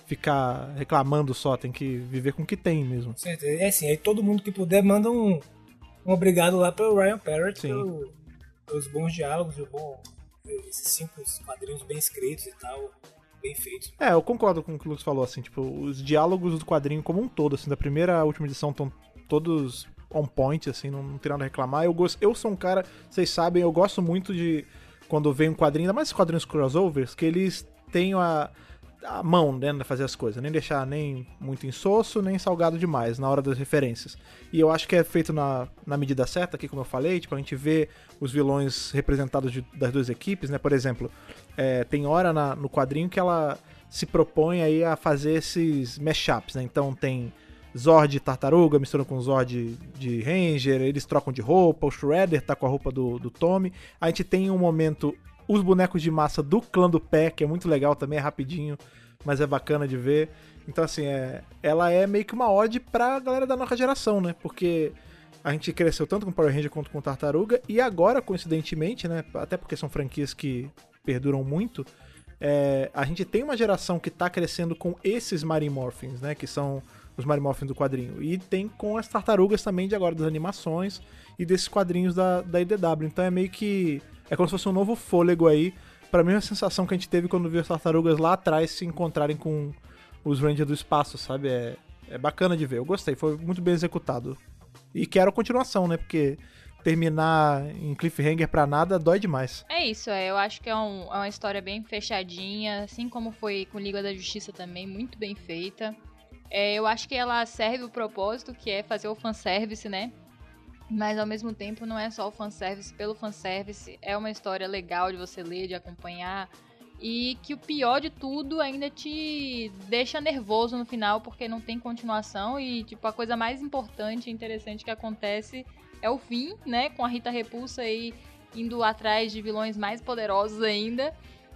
ficar reclamando só, tem que viver com o que tem mesmo. Certeza. É assim, aí todo mundo que puder manda um, um obrigado lá pelo Ryan Parrott, pelo, pelos bons diálogos, o bom, esses cinco quadrinhos bem escritos e tal, bem feitos. É, eu concordo com o que o Lucas falou, assim, tipo, os diálogos do quadrinho como um todo, assim, da primeira à última edição estão todos on point, assim, não, não tem nada a reclamar. Eu, gosto, eu sou um cara, vocês sabem, eu gosto muito de quando vem um quadrinho, ainda mais esses quadrinhos crossovers, que eles tenham a a mão, né, de fazer as coisas, nem deixar nem muito insosso, nem salgado demais na hora das referências. E eu acho que é feito na, na medida certa, aqui como eu falei, tipo, a gente vê os vilões representados de, das duas equipes, né, por exemplo, é, tem hora na, no quadrinho que ela se propõe aí a fazer esses mashups, né, então tem Zord e Tartaruga misturando com Zord de Ranger, eles trocam de roupa, o Shredder tá com a roupa do, do Tommy, a gente tem um momento os bonecos de massa do clã do pé, que é muito legal também, é rapidinho, mas é bacana de ver. Então, assim, é, ela é meio que uma ode pra galera da nova geração, né? Porque a gente cresceu tanto com Power Ranger quanto com Tartaruga, e agora, coincidentemente, né? Até porque são franquias que perduram muito, é, a gente tem uma geração que tá crescendo com esses Mighty Morphins, né? Que são os Mighty Morphins do quadrinho. E tem com as tartarugas também de agora, das animações e desses quadrinhos da, da I D W. Então é meio que... é como se fosse um novo fôlego aí, pra mesma sensação que a gente teve quando viu as tartarugas lá atrás se encontrarem com os Rangers do espaço, sabe? É, é bacana de ver, eu gostei, foi muito bem executado. E quero a continuação, né? Porque terminar em cliffhanger pra nada dói demais. É isso, é, eu acho que é, um, é uma história bem fechadinha, assim como foi com Liga da Justiça também, muito bem feita. É, eu acho que ela serve o propósito, que é fazer o fanservice, né? Mas ao mesmo tempo não é só o fanservice pelo fanservice, é uma história legal de você ler, de acompanhar, e que o pior de tudo ainda te deixa nervoso no final, porque não tem continuação, e tipo, a coisa mais importante e interessante que acontece é o fim, né, com a Rita Repulsa aí indo atrás de vilões mais poderosos ainda.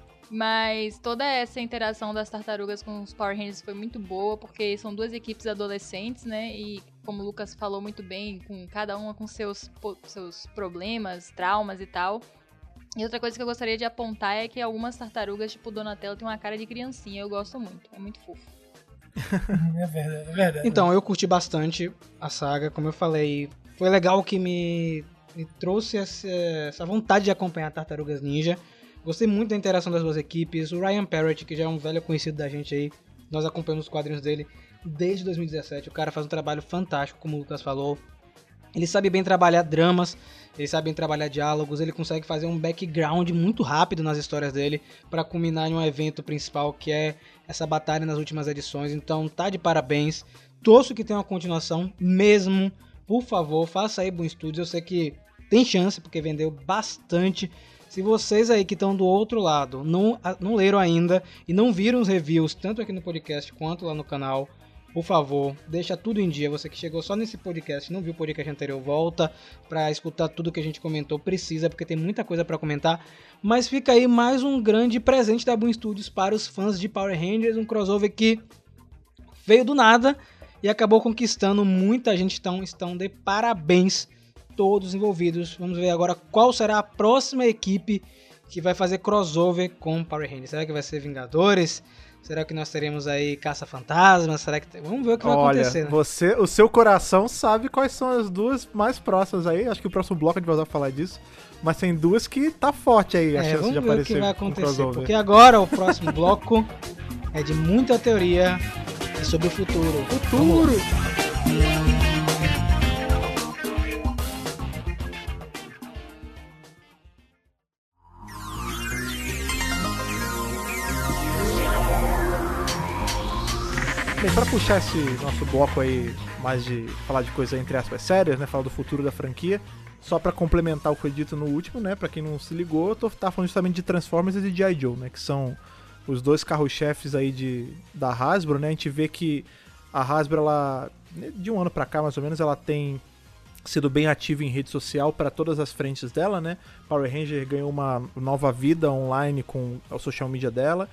Mas toda essa interação das tartarugas com os Power Rangers foi muito boa, porque são duas equipes adolescentes, né? E como o Lucas falou muito bem, com cada uma com seus, seus problemas, traumas e tal. E outra coisa que eu gostaria de apontar é que algumas tartarugas, tipo Donatello, tem uma cara de criancinha. Eu gosto muito, é muito fofo. É verdade, é verdade. Então, eu curti bastante a saga, como eu falei. Foi legal que me, me trouxe essa, essa vontade de acompanhar Tartarugas Ninja. Gostei muito da interação das duas equipes. O Ryan Parrott, que já é um velho conhecido da gente aí, nós acompanhamos os quadrinhos dele desde dois mil e dezessete. O cara faz um trabalho fantástico, como o Lucas falou. Ele sabe bem trabalhar dramas, ele sabe bem trabalhar diálogos, ele consegue fazer um background muito rápido nas histórias dele para culminar em um evento principal, que é essa batalha nas últimas edições. Então tá de parabéns. Torço que tenha uma continuação mesmo. Por favor, faça aí Boom Studios. Eu sei que tem chance, porque vendeu bastante. Se vocês aí que estão do outro lado não, não leram ainda e não viram os reviews, tanto aqui no podcast quanto lá no canal, por favor, deixa tudo em dia. Você que chegou só nesse podcast e não viu o podcast anterior, volta para escutar tudo que a gente comentou. Precisa, porque tem muita coisa para comentar. Mas fica aí mais um grande presente da Boom Studios para os fãs de Power Rangers, um crossover que veio do nada e acabou conquistando muita gente. Então estão de parabéns todos envolvidos. Vamos ver agora qual será a próxima equipe que vai fazer crossover com Power Rangers. Será que vai ser Vingadores? Será que nós teremos aí Caça-Fantasmas? Será que tem... Vamos ver o que vai Olha, acontecer, né? você, o seu coração sabe quais são as duas mais próximas aí. Acho que o próximo bloco a gente vai usar pra falar disso. Mas tem duas que tá forte aí a É, chance vamos de ver aparecer o que vai um acontecer. crossover. Porque agora o próximo bloco é de muita teoria e sobre o futuro. Futuro! Bem, pra puxar esse nosso bloco aí, mais de falar de coisa entre aspas sérias, né, falar do futuro da franquia, só pra complementar o que foi dito no último, né, pra quem não se ligou, eu tô tá falando justamente de Transformers e de G I. Joe, né, que são os dois carros-chefes aí de, da Hasbro, né, a gente vê que a Hasbro, ela, de um ano pra cá mais ou menos, ela tem sido bem ativa em rede social para todas as frentes dela, né, Power Ranger ganhou uma nova vida online com o social media dela,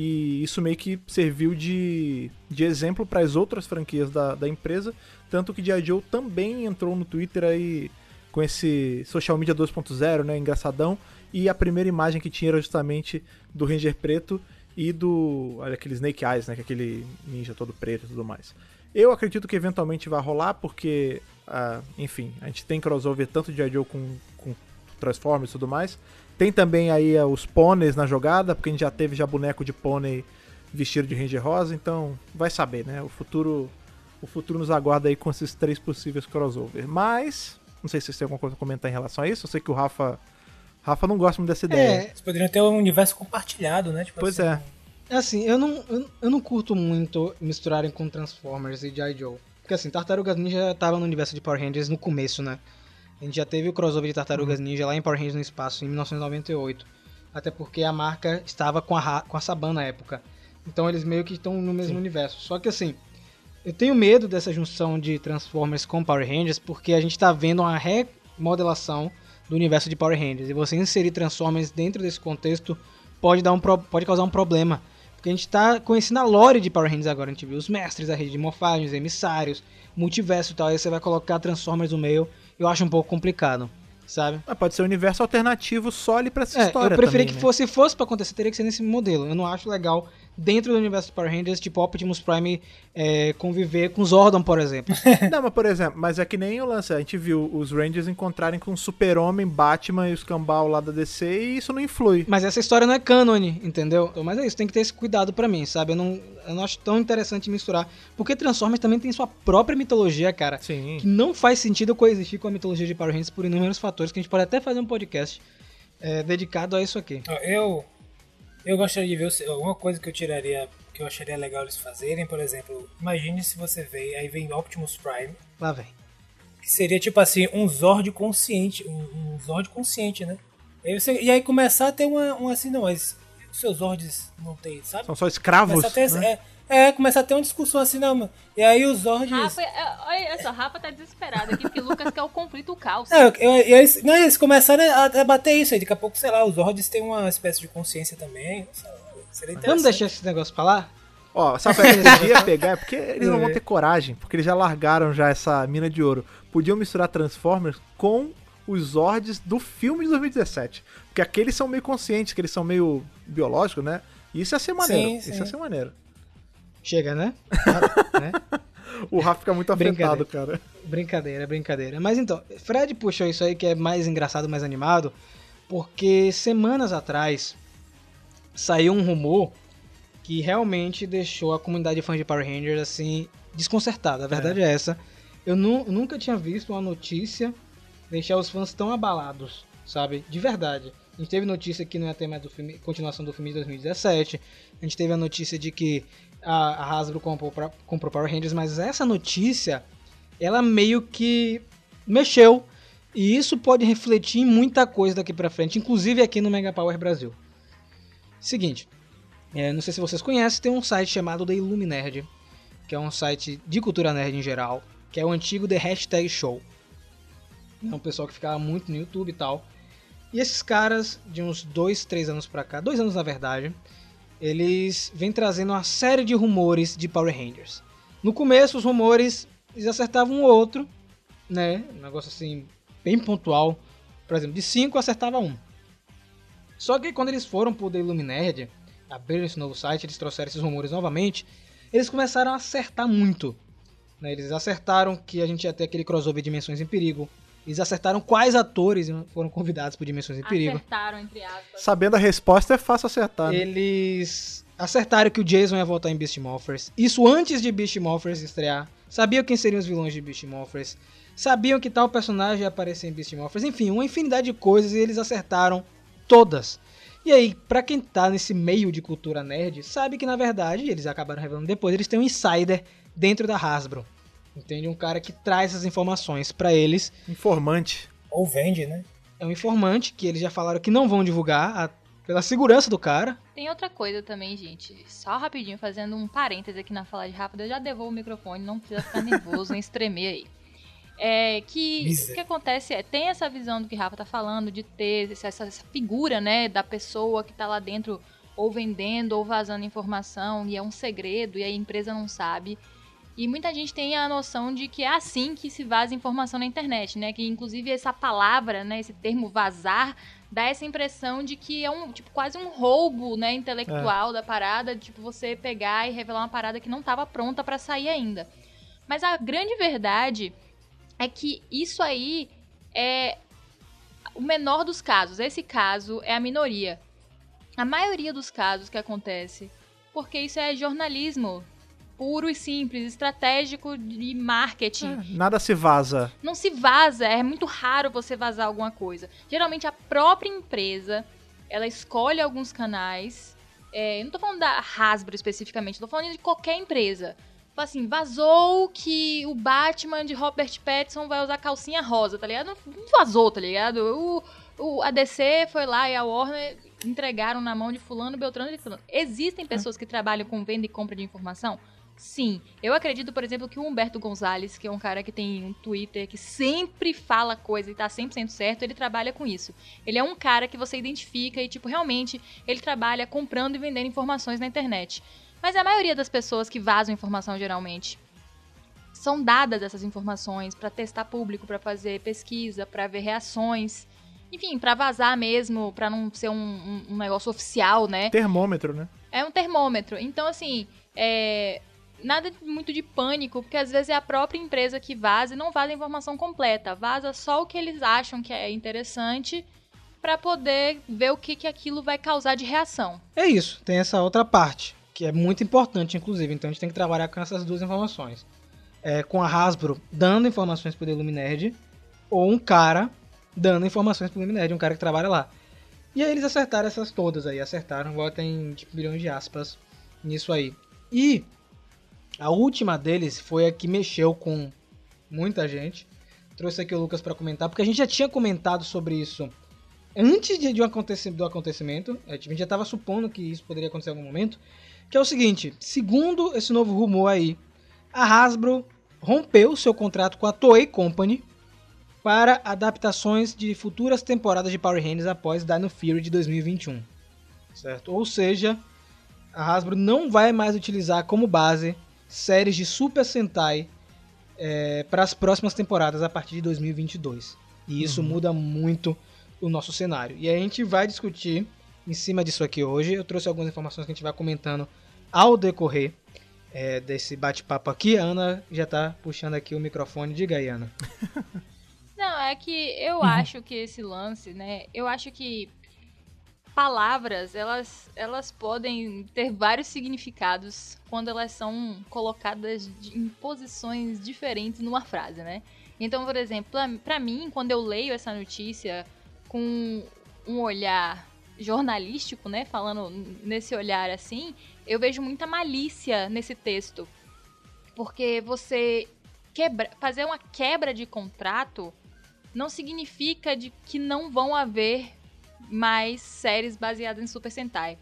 e isso meio que serviu de, de exemplo para as outras franquias da, da empresa, tanto que G I. Joe também entrou no Twitter aí com esse social media dois ponto zero, né, engraçadão, e a primeira imagem que tinha era justamente do Ranger preto e do, olha, aquele Snake Eyes, né, que é aquele ninja todo preto e tudo mais. Eu acredito que eventualmente vai rolar, porque, uh, enfim, a gente tem crossover tanto de G I. Joe com, com Transformers e tudo mais. Tem também aí uh, os pôneis na jogada, porque a gente já teve já boneco de pônei vestido de Ranger rosa, então vai saber, né? O futuro, o futuro nos aguarda aí com esses três possíveis crossover. Mas, não sei se vocês têm alguma coisa a comentar em relação a isso. Eu sei que o Rafa, Rafa não gosta muito dessa ideia. É, Eles poderiam ter um universo compartilhado, né? Tipo pois assim, é. assim, eu não, eu, eu não curto muito misturarem com Transformers e G I. Joe. Porque assim, Tartarugas Ninja tava no universo de Power Rangers no começo, né? A gente já teve o crossover de Tartarugas Ninja lá em Power Rangers no Espaço, em mil novecentos e noventa e oito. Até porque a marca estava com a, com a Saban na época. Então eles meio que estão no mesmo Sim. universo. Só que assim, eu tenho medo dessa junção de Transformers com Power Rangers, porque a gente está vendo uma remodelação do universo de Power Rangers. E você inserir Transformers dentro desse contexto pode, dar um, pode causar um problema. Porque a gente está conhecendo a lore de Power Rangers agora. A gente viu os mestres, a rede de morfagens, emissários, multiverso e tal. Aí você vai colocar Transformers no meio. Eu acho um pouco complicado, sabe? Mas pode ser um universo alternativo só ali pra essa é, história. Eu preferia também, que né? fosse, fosse pra acontecer, teria que ser nesse modelo. Eu não acho legal, dentro do universo de Power Rangers, tipo Optimus Prime é, conviver com Zordon, por exemplo. Não, mas por exemplo, mas é que nem o lance. A gente viu os Rangers encontrarem com o Super-Homem, Batman e os Cambal lá da D C e isso não influi. Mas essa história não é cânone, entendeu? Mas é isso, tem que ter esse cuidado pra mim, sabe? Eu não, eu não acho tão interessante misturar. Porque Transformers também tem sua própria mitologia, cara. Sim. Que não faz sentido coexistir com a mitologia de Power Rangers por inúmeros fatores, que a gente pode até fazer um podcast é, dedicado a isso aqui. Eu, eu gostaria de ver alguma coisa que eu tiraria, que eu acharia legal eles fazerem, por exemplo, imagine se você vê, aí vem Optimus Prime. Lá vem. Que seria tipo assim, um Zord consciente, um, um Zord consciente, né? E aí, você, e aí começar a ter uma, uma assim, não, mas os seus Zords não tem, sabe? São só escravos, começar a ter, né? é, é, começar a ter uma discussão assim, não, e aí os Zords... Rafa, olha só, Rafa tá desesperado aqui, porque Lucas quer o conflito, o caos. Não, eu, eu, eles, não, eles começaram a, a bater isso aí, daqui a pouco, sei lá, os Zords têm uma espécie de consciência também, seria interessante. Vamos deixar esse negócio pra lá? Ó, sabe o que eu podia pegar? É porque eles não vão ter coragem, porque eles já largaram já essa mina de ouro. Podiam misturar Transformers com os Zords do filme de dois mil e dezessete. Porque aqueles são meio conscientes, que eles são meio biológicos, né? E isso ia ser maneiro. Sim, sim. Isso ia ser maneiro. Chega, né? né? O Rafa fica muito afetado, cara. Brincadeira, brincadeira. Mas então, Fred puxou isso aí que é mais engraçado, mais animado, porque semanas atrás saiu um rumor que realmente deixou a comunidade fã de Power Rangers assim desconcertada. A verdade é, é essa. Eu nu nunca tinha visto uma notícia deixar os fãs tão abalados, sabe? De verdade. A gente teve notícia que não ia ter mais do filme, continuação do filme de dois mil e dezessete. A gente teve a notícia de que a, a Hasbro comprou, pra, comprou Power Rangers, mas essa notícia, ela meio que mexeu. E isso pode refletir em muita coisa daqui pra frente, inclusive aqui no Mega Power Brasil. Seguinte, é, não sei se vocês conhecem, tem um site chamado The Illuminerd, que é um site de cultura nerd em geral, que é o antigo The Hashtag Show. É um pessoal que ficava muito no YouTube e tal. E esses caras, de uns dois, três anos pra cá, dois anos na verdade, eles vêm trazendo uma série de rumores de Power Rangers. No começo, os rumores, eles acertavam um outro, né? Um negócio assim, bem pontual. Por exemplo, de cinco acertava um. Só que quando eles foram pro The Illuminerd, abriram esse novo site, eles trouxeram esses rumores novamente, eles começaram a acertar muito. Né? Eles acertaram que a gente ia ter aquele crossover Dimensões em Perigo. Eles acertaram quais atores foram convidados por Dimensões em Perigo. Acertaram, entre aspas. Sabendo a resposta é fácil acertar. Né? Eles acertaram que o Jason ia voltar em Beast Morphers. Isso antes de Beast Morphers estrear. Sabiam quem seriam os vilões de Beast Morphers. Sabiam que tal personagem ia aparecer em Beast Morphers. Enfim, uma infinidade de coisas e eles acertaram todas. E aí, pra quem tá nesse meio de cultura nerd, sabe que na verdade, eles acabaram revelando depois, eles têm um insider dentro da Hasbro. Entende? Um cara que traz essas informações pra eles. Informante. Ou vende, né? É um informante que eles já falaram que não vão divulgar a, pela segurança do cara. Tem outra coisa também, gente. Só rapidinho, fazendo um parêntese aqui na fala de rápida, eu já devolvo o microfone, não precisa ficar nervoso nem estremer aí. É que Miser. o que acontece é, tem essa visão do que o Rafa tá falando, de ter essa, essa figura, né, da pessoa que tá lá dentro ou vendendo ou vazando informação, e é um segredo, e a empresa não sabe. E muita gente tem a noção de que é assim que se vaza informação na internet, né? Que inclusive essa palavra, né, esse termo vazar, dá essa impressão de que é um tipo quase um roubo, né, intelectual é. da parada, de tipo você pegar e revelar uma parada que não estava pronta para sair ainda. Mas a grande verdade é que isso aí é o menor dos casos. Esse caso é a minoria. A maioria dos casos que acontece, porque isso é jornalismo puro e simples, estratégico de marketing. É, nada se vaza. Não se vaza, é muito raro você vazar alguma coisa. Geralmente a própria empresa, ela escolhe alguns canais, é, eu não tô falando da Hasbro especificamente, tô falando de qualquer empresa. Fala assim, vazou que o Batman de Robert Pattinson vai usar calcinha rosa, tá ligado? Não vazou, tá ligado? O, o, a D C foi lá e a Warner entregaram na mão de fulano, beltrano e fulano. Existem pessoas que trabalham com venda e compra de informação? Sim. Eu acredito, por exemplo, que o Humberto Gonzalez, que é um cara que tem um Twitter que sempre fala coisa e tá cem por cento certo, ele trabalha com isso. Ele é um cara que você identifica e, tipo, realmente, ele trabalha comprando e vendendo informações na internet. Mas a maioria das pessoas que vazam informação, geralmente, são dadas essas informações para testar público, para fazer pesquisa, para ver reações. Enfim, para vazar mesmo, para não ser um, um, um negócio oficial, né? Termômetro, né? É um termômetro. Então, assim, é... nada muito de pânico, porque às vezes é a própria empresa que vaza e não vaza a informação completa. Vaza só o que eles acham que é interessante para poder ver o que, que aquilo vai causar de reação. É isso, tem essa outra parte, que é muito importante, inclusive. Então a gente tem que trabalhar com essas duas informações. É, com a Hasbro dando informações pro The Luminerd, ou um cara dando informações pro Luminerd, um cara que trabalha lá. E aí eles acertaram essas todas aí, acertaram, botem tipo, milhões de aspas nisso aí. E a última deles foi a que mexeu com muita gente. Trouxe aqui o Lucas para comentar, porque a gente já tinha comentado sobre isso antes de, de um acontecimento, do acontecimento. A gente já estava supondo que isso poderia acontecer em algum momento. Que é o seguinte, segundo esse novo rumor aí, a Hasbro rompeu seu contrato com a Toei Company para adaptações de futuras temporadas de Power Rangers após Dino Fury de dois mil e vinte e um. Certo? Ou seja, a Hasbro não vai mais utilizar como base séries de Super Sentai é, para as próximas temporadas a partir de dois mil e vinte e dois. E isso uhum. muda muito o nosso cenário. E a gente vai discutir em cima disso aqui hoje. Eu trouxe algumas informações que a gente vai comentando ao decorrer é, desse bate-papo aqui. A Ana já tá puxando aqui o microfone. Diga aí, Ana. Não, é que eu uhum. acho que esse lance, né? Eu acho que palavras, elas, elas podem ter vários significados quando elas são colocadas em posições diferentes numa frase, né? Então, por exemplo, pra mim, quando eu leio essa notícia com um olhar jornalístico, né? Falando nesse olhar assim, eu vejo muita malícia nesse texto. Porque você quebra, fazer uma quebra de contrato não significa de que não vão haver mais séries baseadas em Super Sentai.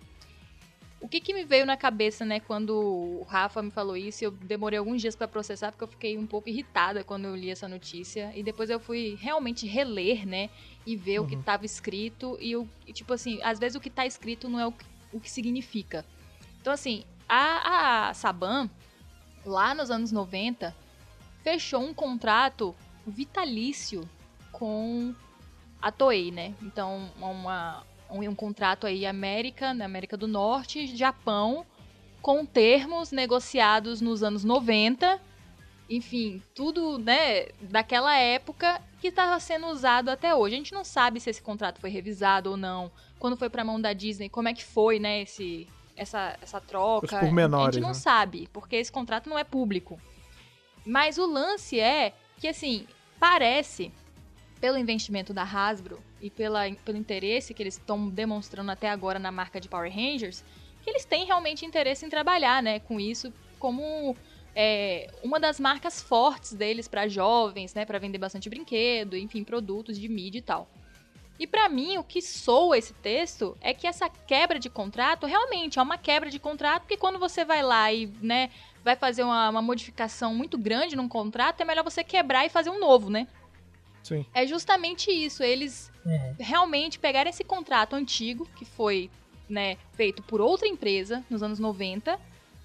O que que me veio na cabeça, né, quando o Rafa me falou isso, eu demorei alguns dias pra processar, porque eu fiquei um pouco irritada quando eu li essa notícia, e depois eu fui realmente reler, né, e ver uhum. o que estava escrito, e, eu, e tipo assim, às vezes o que tá escrito não é o que, o que significa. Então assim, a, a Saban, lá nos anos noventa, fechou um contrato vitalício com a Toei, né? Então, uma, um, um contrato aí América, na América do Norte, Japão, com termos negociados nos anos noventa, enfim, tudo, né, daquela época que estava sendo usado até hoje. A gente não sabe se esse contrato foi revisado ou não, quando foi para a mão da Disney, como é que foi, né, esse, essa, essa troca. Os pormenores, a gente não né? sabe, porque esse contrato não é público. Mas o lance é que, assim, parece pelo investimento da Hasbro e pela, pelo interesse que eles estão demonstrando até agora na marca de Power Rangers, que eles têm realmente interesse em trabalhar, né, com isso como é, uma das marcas fortes deles para jovens, né, para vender bastante brinquedo, enfim, produtos de mídia e tal. E pra mim, o que soa esse texto é que essa quebra de contrato realmente é uma quebra de contrato, porque quando você vai lá e, né, vai fazer uma, uma modificação muito grande num contrato, é melhor você quebrar e fazer um novo, né? Sim. É justamente isso, eles Uhum. realmente pegaram esse contrato antigo, que foi, né, feito por outra empresa nos anos noventa,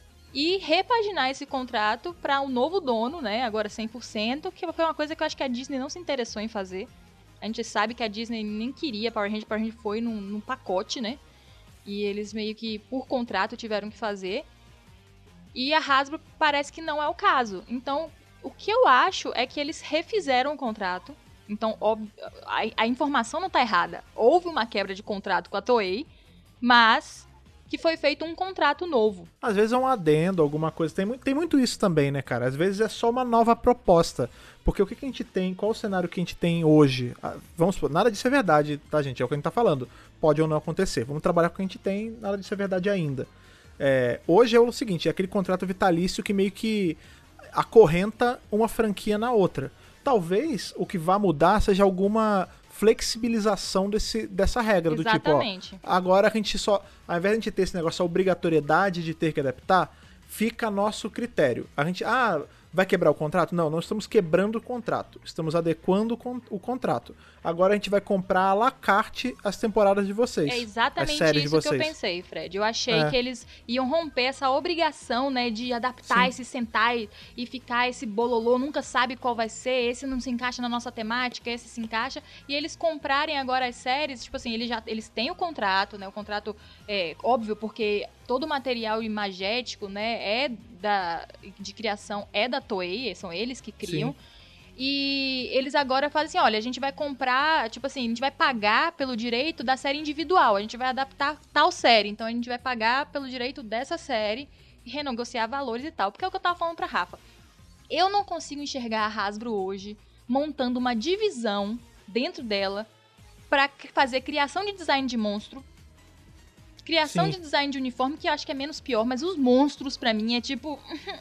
e repaginar esse contrato para um novo dono, né, agora cem por cento, que foi uma coisa que eu acho que a Disney não se interessou em fazer. A gente sabe que a Disney nem queria Power Rangers, Power Rangers foi num, num pacote, né? E eles meio que, por contrato, tiveram que fazer. E a Hasbro parece que não é o caso. Então, o que eu acho é que eles refizeram o contrato. Então, óbvio, a, a informação não tá errada. Houve uma quebra de contrato com a Toei, mas que foi feito um contrato novo. Às vezes é um adendo, alguma coisa. Tem, mu- tem muito isso também, né, cara? Às vezes é só uma nova proposta. Porque o que, que a gente tem, qual o cenário que a gente tem hoje? Ah, vamos supor, nada disso é verdade, tá, gente? É o que a gente tá falando. Pode ou não acontecer. Vamos trabalhar com o que a gente tem, nada disso é verdade ainda. É, hoje é o seguinte, é aquele contrato vitalício que meio que acorrenta uma franquia na outra. Talvez o que vá mudar seja alguma flexibilização desse, dessa regra, do tipo, ó, Exatamente. agora a gente só, ao invés de a gente ter esse negócio, a obrigatoriedade de ter que adaptar, fica a nosso critério. A gente, ah, vai quebrar o contrato? Não, não estamos quebrando o contrato, estamos adequando o con- o contrato. Agora a gente vai comprar à la carte as temporadas de vocês. É as exatamente séries de isso que eu vocês. pensei, Fred. Eu achei É. que eles iam romper essa obrigação, né, de adaptar Sim. esse sentar e, e ficar esse bololô, nunca sabe qual vai ser, esse não se encaixa na nossa temática, esse se encaixa, e eles comprarem agora as séries, tipo assim, eles já eles têm o contrato, né, o contrato é óbvio, porque todo o material imagético, né, é da de criação é da Toei, são eles que criam. Sim. E eles agora fazem assim, olha, a gente vai comprar, tipo assim, a gente vai pagar pelo direito da série individual, a gente vai adaptar tal série, então a gente vai pagar pelo direito dessa série e renegociar valores e tal. Porque é o que eu tava falando pra Rafa. Eu não consigo enxergar a Hasbro hoje montando uma divisão dentro dela pra c- fazer criação de design de monstro, criação Sim. de design de uniforme, que eu acho que é menos pior, mas os monstros pra mim é tipo...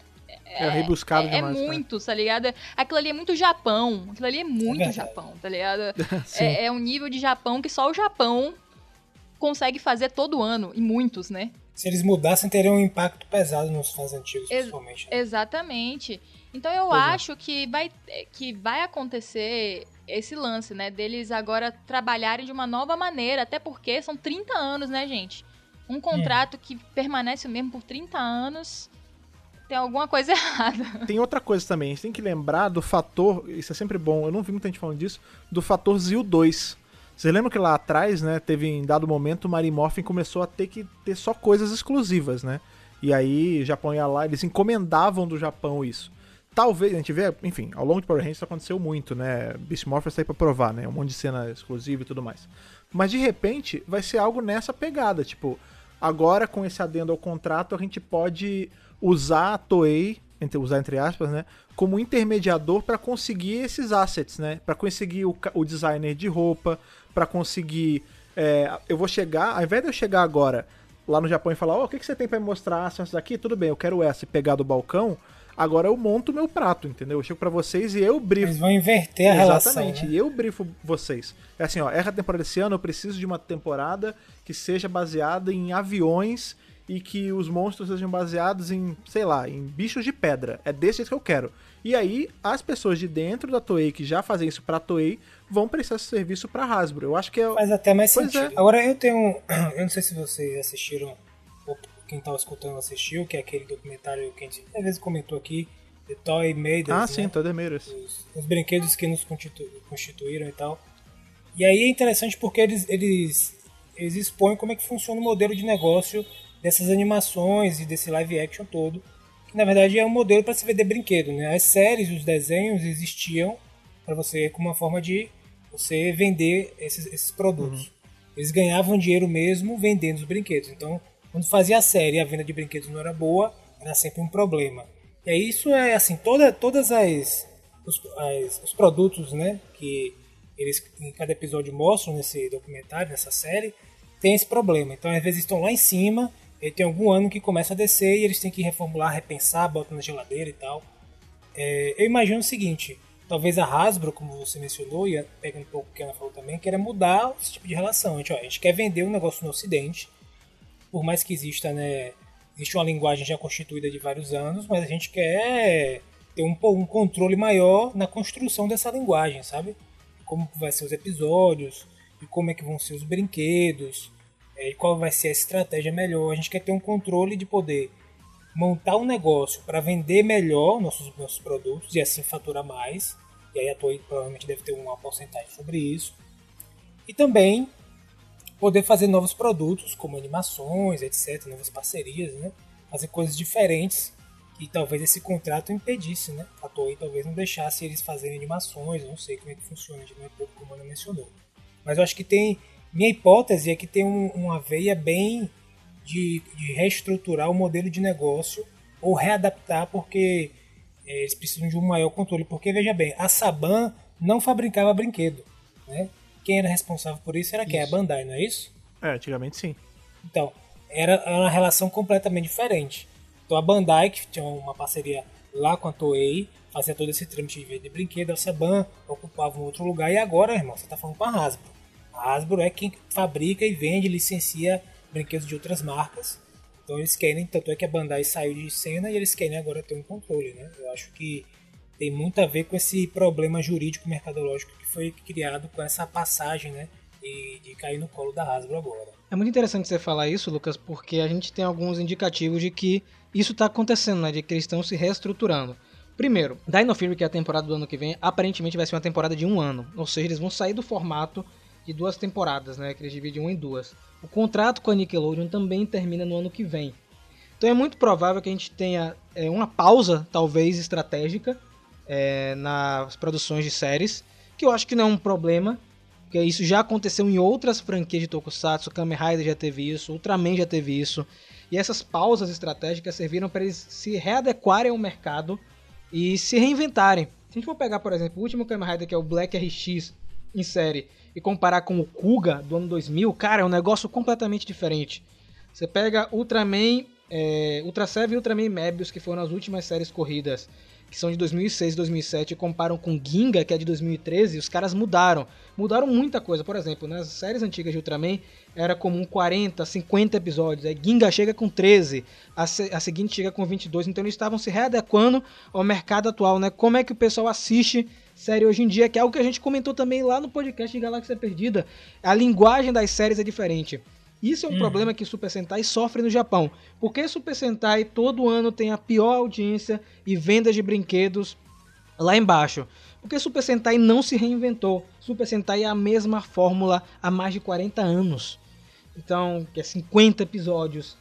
É, rebuscado É, é demais. né? muito, tá ligado? Aquilo ali é muito Japão. Aquilo ali é muito verdade. Japão, tá ligado? Sim. É, é um nível de Japão que só o Japão consegue fazer todo ano. E muitos, né? Se eles mudassem, teria um impacto pesado nos fãs antigos, Ex- principalmente. né? Exatamente. Então eu Pois é. acho que vai, que vai acontecer esse lance, né? Deles agora trabalharem de uma nova maneira. Até porque são trinta anos, né, gente? Um contrato que permanece o mesmo por trinta anos... Tem alguma coisa errada. Tem outra coisa também, a gente tem que lembrar do fator, isso é sempre bom, eu não vi muita gente falando disso, do fator Zil dois. Vocês lembram que lá atrás, né, teve em dado momento o Mighty Morphin começou a ter que ter só coisas exclusivas, né? E aí o Japão ia lá, eles encomendavam do Japão isso. Talvez, a gente vê, enfim, ao longo de Power Rangers isso aconteceu muito, né? Beast Morphers tá aí pra provar, né? Um monte de cena exclusiva e tudo mais. Mas de repente vai ser algo nessa pegada, tipo, agora com esse adendo ao contrato a gente pode usar a Toei, entre, usar entre aspas, né, como intermediador para conseguir esses assets, né, para conseguir o, ca- o designer de roupa, para conseguir, é, eu vou chegar, ao invés de eu chegar agora lá no Japão e falar, ó, o que, que você tem para me mostrar, essa daqui, tudo bem, eu quero essa e pegar do balcão, agora eu monto o meu prato, entendeu? Eu chego para vocês e eu brifo. Eles vão inverter a relação. Exatamente, né? e eu brifo vocês. É assim, ó, essa temporada desse ano eu preciso de uma temporada que seja baseada em aviões e que os monstros sejam baseados em, sei lá, em bichos de pedra. É desse jeito que eu quero. E aí, as pessoas de dentro da Toei que já fazem isso pra Toei vão prestar esse serviço pra Hasbro. Eu acho que é... Faz até mais Pois sentido. é. Agora eu tenho um, eu não sei se vocês assistiram, ou quem tá escutando assistiu, que é aquele documentário que a gente às vezes comentou aqui, The Toy Maidens, Ah, né? sim, Toy Maidens. os, os brinquedos que nos constitu- constituíram e tal. E aí é interessante porque eles, eles, eles expõem como é que funciona o modelo de negócio dessas animações e desse live action todo, que na verdade é um modelo para se vender brinquedo, né? As séries, os desenhos existiam para você como uma forma de você vender esses, esses produtos. Uhum. Eles ganhavam dinheiro mesmo vendendo os brinquedos. Então, quando fazia a série e a venda de brinquedos não era boa, era sempre um problema. E aí isso é assim, toda, todas as os, as, os produtos, né, que eles em cada episódio mostram nesse documentário, nessa série, tem esse problema. Então às vezes estão lá em cima, e tem algum ano que começa a descer e eles têm que reformular, repensar, botam na geladeira e tal. É, eu imagino o seguinte, talvez a Hasbro, como você mencionou, e pegando um pouco o que a Ana falou também, queira mudar esse tipo de relação. A gente, ó, a gente quer vender um negócio no Ocidente, por mais que exista, né, existe uma linguagem já constituída de vários anos, mas a gente quer ter um, um controle maior na construção dessa linguagem, sabe? Como vai ser os episódios, e como é que vão ser os brinquedos, é, e qual vai ser a estratégia melhor. A gente quer ter um controle de poder montar um negócio para vender melhor nossos, nossos produtos e assim faturar mais. E aí a Toei provavelmente deve ter uma porcentagem sobre isso. E também poder fazer novos produtos, como animações, etcétera, novas parcerias, né? Fazer coisas diferentes que talvez esse contrato impedisse, né? A Toei talvez não deixasse eles fazerem animações, eu não sei como é que funciona, de não é pouco como a Ana mencionou. Mas eu acho que tem, minha hipótese é que tem um, uma veia bem de, de reestruturar o modelo de negócio ou readaptar, porque é, eles precisam de um maior controle. Porque, veja bem, a Saban não fabricava brinquedo, né? Quem era responsável por isso era quem? A Bandai, não é isso? É, antigamente sim. Então, era, era uma relação completamente diferente. Então a Bandai, que tinha uma parceria lá com a Toei, fazia todo esse trâmite de venda de brinquedo, a Saban ocupava um outro lugar, e agora, irmão, você está falando com a Hasbro. A Hasbro é quem fabrica e vende, licencia brinquedos de outras marcas. Então eles querem, tanto é que a Bandai saiu de cena e eles querem agora ter um controle, né? Eu acho que tem muito a ver com esse problema jurídico mercadológico que foi criado com essa passagem, né? De, de cair no colo da Hasbro agora. É muito interessante você falar isso, Lucas, porque a gente tem alguns indicativos de que isso está acontecendo, né? De que eles estão se reestruturando. Primeiro, Dino Fury, que é a temporada do ano que vem, aparentemente vai ser uma temporada de um ano. Ou seja, eles vão sair do formato de duas temporadas, né? Que eles dividem uma em duas. O contrato com a Nickelodeon também termina no ano que vem. Então é muito provável que a gente tenha é, uma pausa, talvez, estratégica é, nas produções de séries, que eu acho que não é um problema, porque isso já aconteceu em outras franquias de Tokusatsu, Kamen Rider já teve isso, Ultraman já teve isso, e essas pausas estratégicas serviram para eles se readequarem ao mercado e se reinventarem. Se a gente for pegar, por exemplo, o último Kamen Rider, que é o Black R X em série, e comparar com o Kuga do ano dois mil, cara, é um negócio completamente diferente. Você pega Ultraman, é, Ultra Seven e Ultraman Mebius, que foram as últimas séries corridas, que são de dois mil e seis e dois mil e sete, e comparam com Ginga, que é de dois mil e treze, os caras mudaram. Mudaram muita coisa. Por exemplo, nas séries antigas de Ultraman, era comum quarenta, cinquenta episódios. Aí Ginga chega com treze, a, se, a seguinte chega com vinte e dois. Então eles estavam se readequando ao mercado atual, né? Como é que o pessoal assiste série hoje em dia, que é algo que a gente comentou também lá no podcast de Galáxia Perdida. A linguagem das séries é diferente. Isso é um hum. problema que Super Sentai sofre no Japão. Porque Super Sentai todo ano tem a pior audiência e vendas de brinquedos lá embaixo. Porque Super Sentai não se reinventou. Super Sentai é a mesma fórmula há mais de quarenta anos. Então, que é cinquenta episódios,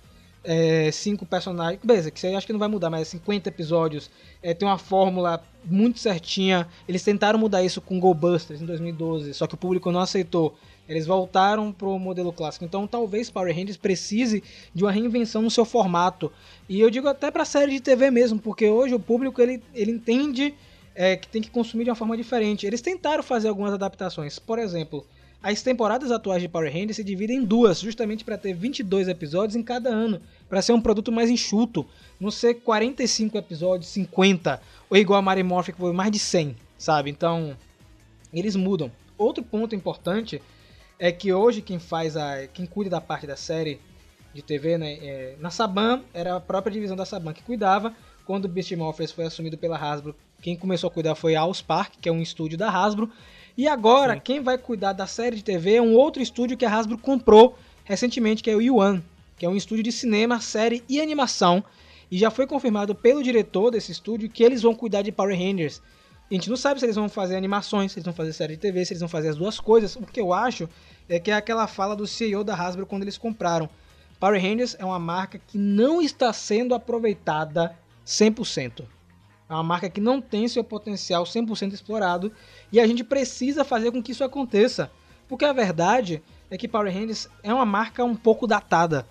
é, cinco personagens... Beleza, que você acha que não vai mudar, mas é cinquenta episódios. É, tem uma fórmula muito certinha. Eles tentaram mudar isso com Go Busters em dois mil e doze, só que o público não aceitou. Eles voltaram pro modelo clássico. Então talvez Power Rangers precise de uma reinvenção no seu formato. E eu digo até pra série de T V mesmo, porque hoje o público ele, ele entende é, que tem que consumir de uma forma diferente. Eles tentaram fazer algumas adaptações. Por exemplo, as temporadas atuais de Power Rangers se dividem em duas, justamente para ter vinte e dois episódios em cada ano, para ser um produto mais enxuto. Não ser quarenta e cinco episódios, cinquenta, ou igual a Mary Morphin, que foi mais de cem, sabe? Então, eles mudam. Outro ponto importante é que hoje quem faz a, quem cuida da parte da série de T V, né, é, na Saban, era a própria divisão da Saban que cuidava. Quando o Beast Morphers foi assumido pela Hasbro, quem começou a cuidar foi a Allspark, que é um estúdio da Hasbro. E agora, Sim. quem vai cuidar da série de T V é um outro estúdio que a Hasbro comprou recentemente, que é o Yuan, que é um estúdio de cinema, série e animação. E já foi confirmado pelo diretor desse estúdio que eles vão cuidar de Power Rangers. A gente não sabe se eles vão fazer animações, se eles vão fazer série de T V, se eles vão fazer as duas coisas. O que eu acho é que é aquela fala do C E O da Hasbro quando eles compraram. Power Rangers é uma marca que não está sendo aproveitada cem por cento. É uma marca que não tem seu potencial cem por cento explorado e a gente precisa fazer com que isso aconteça. Porque a verdade é que Power Rangers é uma marca um pouco datada.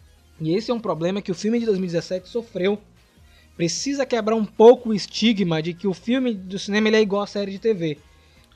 E esse é um problema que o filme de dois mil e dezessete sofreu. Precisa quebrar um pouco o estigma de que o filme do cinema ele é igual à série de T V.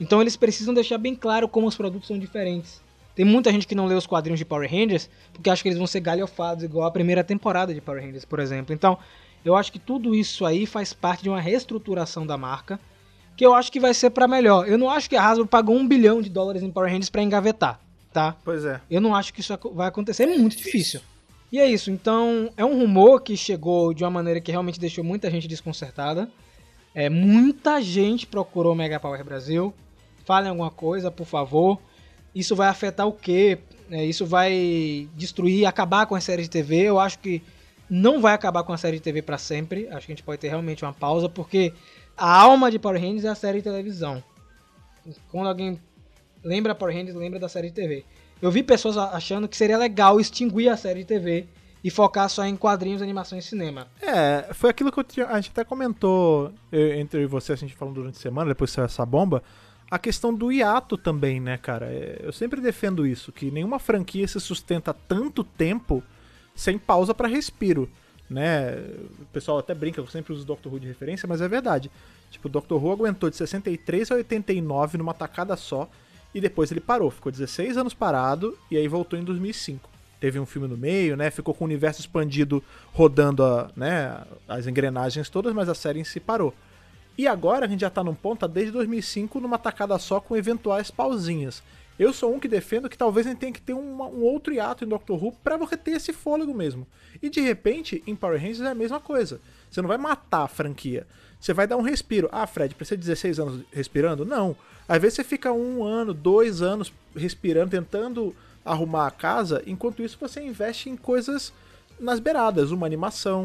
Então eles precisam deixar bem claro como os produtos são diferentes. Tem muita gente que não lê os quadrinhos de Power Rangers porque acha que eles vão ser galhofados igual a primeira temporada de Power Rangers, por exemplo. Então, eu acho que tudo isso aí faz parte de uma reestruturação da marca, que eu acho que vai ser pra melhor. Eu não acho que a Hasbro pagou um bilhão de dólares em Power Rangers pra engavetar, tá? Pois é. Eu não acho que isso vai acontecer, é muito difícil. E é isso, então é um rumor que chegou de uma maneira que realmente deixou muita gente desconcertada. É, muita gente procurou o Mega Power Brasil. Falem alguma coisa, por favor. Isso vai afetar o quê? É, isso vai destruir, acabar com a série de T V? Eu acho que não vai acabar com a série de T V para sempre. Acho que a gente pode ter realmente uma pausa, porque a alma de Power Rangers é a série de televisão. Quando alguém lembra Power Rangers, lembra da série de T V. Eu vi pessoas achando que seria legal extinguir a série de T V e focar só em quadrinhos, animações e cinema. É, foi aquilo que eu tinha, a gente até comentou eu, entre eu e você, a gente falando durante a semana, depois que saiu essa bomba, a questão do hiato também, né, cara? Eu sempre defendo isso, que nenhuma franquia se sustenta tanto tempo sem pausa pra respiro, né? O pessoal até brinca, eu sempre uso o Doctor Who de referência, mas é verdade. Tipo, o Doctor Who aguentou de sessenta e três a oitenta e nove numa tacada só, e depois ele parou, ficou dezesseis anos parado, e aí voltou em dois mil e cinco. Teve um filme no meio, né? Ficou com o universo expandido rodando a, né, as engrenagens todas, mas a série em si parou. E agora a gente já tá num ponto, tá desde dois mil e cinco, numa tacada só com eventuais pausinhas. Eu sou um que defendo que talvez a gente tenha que ter uma, um outro hiato em Doctor Who pra você ter esse fôlego mesmo. E de repente, em Power Rangers é a mesma coisa. Você não vai matar a franquia. Você vai dar um respiro. Ah, Fred, precisa de dezesseis anos respirando? Não. Às vezes você fica um ano, dois anos respirando, tentando arrumar a casa. Enquanto isso você investe em coisas nas beiradas. Uma animação.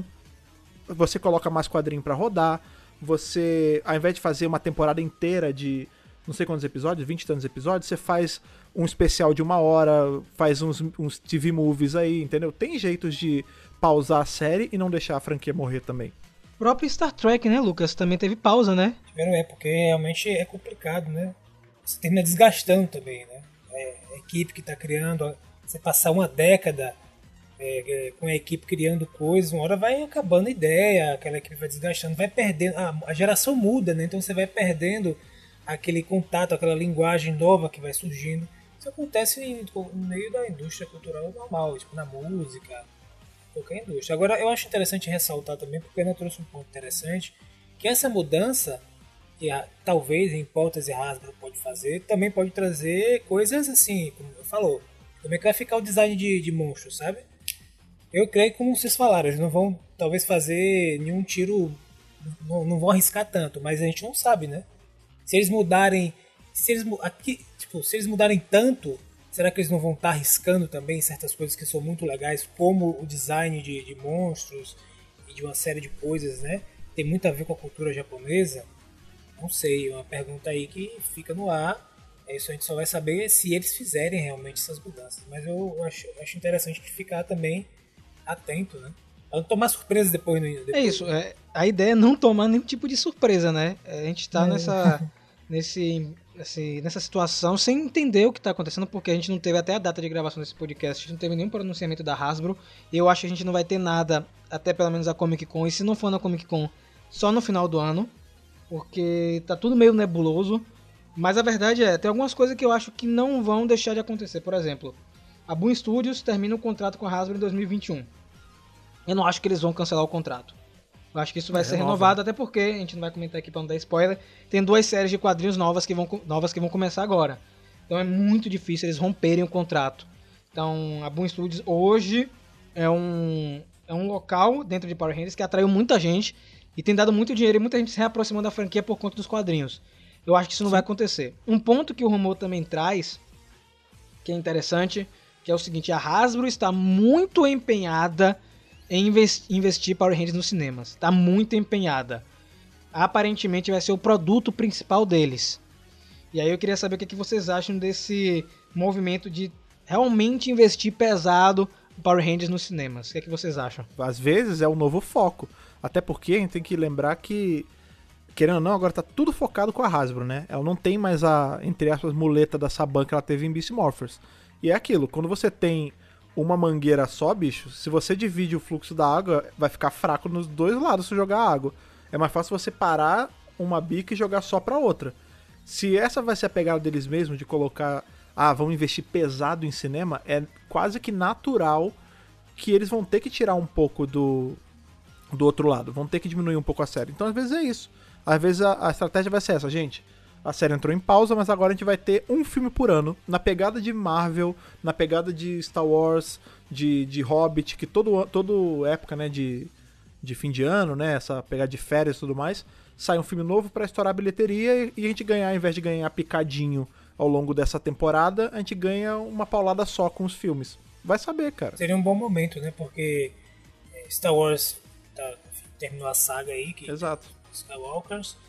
Você coloca mais quadrinho pra rodar. Você, ao invés de fazer uma temporada inteira de não sei quantos episódios, vinte e tantos episódios, você faz um especial de uma hora, faz uns, uns T V movies aí, entendeu? Tem jeitos de pausar a série e não deixar a franquia morrer também. O próprio Star Trek, né, Lucas? Também teve pausa, né? É, porque realmente é complicado, né? Você termina desgastando também, né? É, a equipe que tá criando, você passar uma década é, é, com a equipe criando coisas, uma hora vai acabando a ideia, aquela equipe vai desgastando, vai perdendo, a, a geração muda, né? Então você vai perdendo aquele contato, aquela linguagem nova que vai surgindo. Isso acontece em, no meio da indústria cultural normal, tipo na música, qualquer indústria. Agora, eu acho interessante ressaltar também, porque Ana trouxe um ponto interessante, que essa mudança, que a, talvez em hipótese a Hasbro pode fazer, também pode trazer coisas assim, como eu falou, como é que vai ficar o design de, de monstros, sabe? Eu creio que, como vocês falaram, eles não vão talvez fazer nenhum tiro, não, não vão arriscar tanto, mas a gente não sabe, né? Se eles mudarem, se eles, aqui, tipo, se eles mudarem tanto, será que eles não vão estar arriscando também certas coisas que são muito legais, como o design de, de monstros e de uma série de coisas, né? Tem muito a ver com a cultura japonesa? Não sei, é uma pergunta aí que fica no ar. É isso, a gente só vai saber se eles fizerem realmente essas mudanças. Mas eu acho, acho interessante ficar também atento, né? Pra não tomar surpresa depois. No, depois. É isso, é, a ideia é não tomar nenhum tipo de surpresa, né? A gente tá é. nessa, nesse, nesse, nessa situação sem entender o que tá acontecendo, porque a gente não teve até a data de gravação desse podcast, a gente não teve nenhum pronunciamento da Hasbro, e eu acho que a gente não vai ter nada, até pelo menos a Comic Con, e se não for na Comic Con, só no final do ano, porque tá tudo meio nebuloso, mas a verdade é, tem algumas coisas que eu acho que não vão deixar de acontecer. Por exemplo, a Boom Studios termina o contrato com a Hasbro em dois mil e vinte e um. Eu não acho que eles vão cancelar o contrato. Eu acho que isso vai é ser renova. renovado, até porque, a gente não vai comentar aqui pra não dar spoiler, tem duas séries de quadrinhos novas que vão, novas que vão começar agora. Então é muito difícil eles romperem o contrato. Então a Boom Studios hoje é um, é um local dentro de Power Rangers que atraiu muita gente e tem dado muito dinheiro e muita gente se reaproximando da franquia por conta dos quadrinhos. Eu acho que isso não Sim. vai acontecer. Um ponto que o rumor também traz, que é interessante, que é o seguinte, a Hasbro está muito empenhada em investir Power Rangers nos cinemas. Está muito empenhada. Aparentemente vai ser o produto principal deles. E aí eu queria saber o que vocês acham desse movimento de realmente investir pesado Power Rangers nos cinemas. O que, é que vocês acham? Às vezes é o novo foco. Até porque a gente tem que lembrar que, querendo ou não, agora tá tudo focado com a Hasbro, né? Ela não tem mais a, entre aspas, muleta da Saban que ela teve em Beast Morphers. E é aquilo, quando você tem uma mangueira só, bicho, se você divide o fluxo da água, vai ficar fraco nos dois lados se jogar água. É mais fácil você parar uma bica e jogar só pra outra. Se essa vai ser a pegada deles mesmos, de colocar, ah, vamos investir pesado em cinema, é quase que natural que eles vão ter que tirar um pouco do, do outro lado, vão ter que diminuir um pouco a série. Então, às vezes é isso. Às vezes a, a estratégia vai ser essa, gente. A série entrou em pausa, mas agora a gente vai ter um filme por ano, na pegada de Marvel, na pegada de Star Wars, de, de Hobbit, que todo, todo época, né, de, de fim de ano, né, essa pegada de férias e tudo mais, sai um filme novo pra estourar a bilheteria e a gente ganhar, ao invés de ganhar picadinho ao longo dessa temporada, a gente ganha uma paulada só com os filmes. Vai saber, cara. Seria um bom momento, né, porque Star Wars tá, terminou a saga aí, que Exato. Skywalkers.